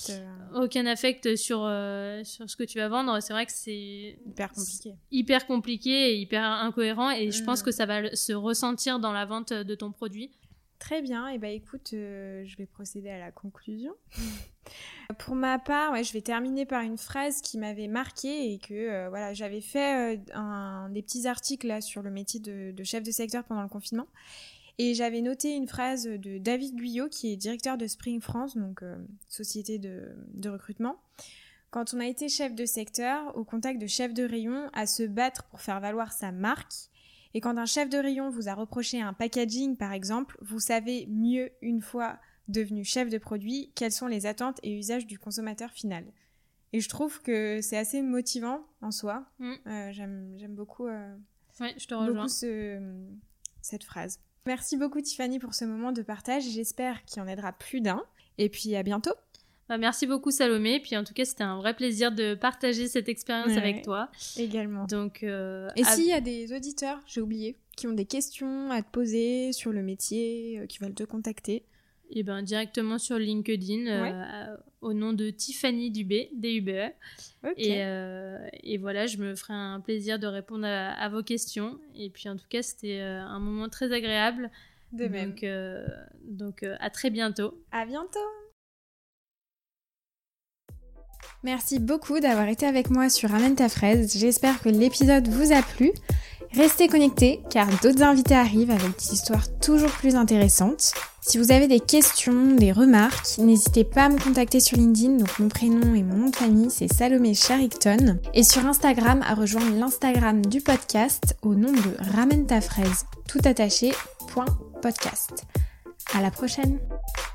affect sur ce que tu vas vendre, c'est vrai que c'est hyper compliqué et hyper incohérent. Et je pense que ça va se ressentir dans la vente de ton produit. Très bien, et écoute, je vais procéder à la conclusion. Pour ma part, je vais terminer par une phrase qui m'avait marquée et que j'avais fait des petits articles là, sur le métier de chef de secteur pendant le confinement. Et j'avais noté une phrase de David Guyot, qui est directeur de Spring France, donc société de recrutement. Quand on a été chef de secteur, au contact de chef de rayon, à se battre pour faire valoir sa marque. Et quand un chef de rayon vous a reproché un packaging, par exemple, vous savez mieux, une fois devenu chef de produit, quelles sont les attentes et usages du consommateur final. Et je trouve que c'est assez motivant en soi. J'aime beaucoup, je te rejoins. Cette phrase. Merci beaucoup Tiffany pour ce moment de partage. J'espère qu'il en aidera plus d'un. Et puis à bientôt. Merci beaucoup Salomé, puis en tout cas c'était un vrai plaisir de partager cette expérience avec toi. Également. Donc, et s'il y a des auditeurs, j'ai oublié, qui ont des questions à te poser sur le métier, qui veulent te contacter, et directement sur LinkedIn au nom de Tiffany Dubé, D-U-B-E. Et voilà, je me ferai un plaisir de répondre à vos questions. Et puis en tout cas c'était un moment très agréable. De même. Donc à très bientôt. À bientôt. Merci beaucoup d'avoir été avec moi sur Ramène ta fraise. J'espère que l'épisode vous a plu. Restez connectés car d'autres invités arrivent avec des histoires toujours plus intéressantes. Si vous avez des questions, des remarques, n'hésitez pas à me contacter sur LinkedIn. Donc mon prénom et mon nom de famille, c'est Salomé Charicton. Et sur Instagram, à rejoindre l'Instagram du podcast au nom de Ramène ta fraise, tout attaché, .podcast. À la prochaine.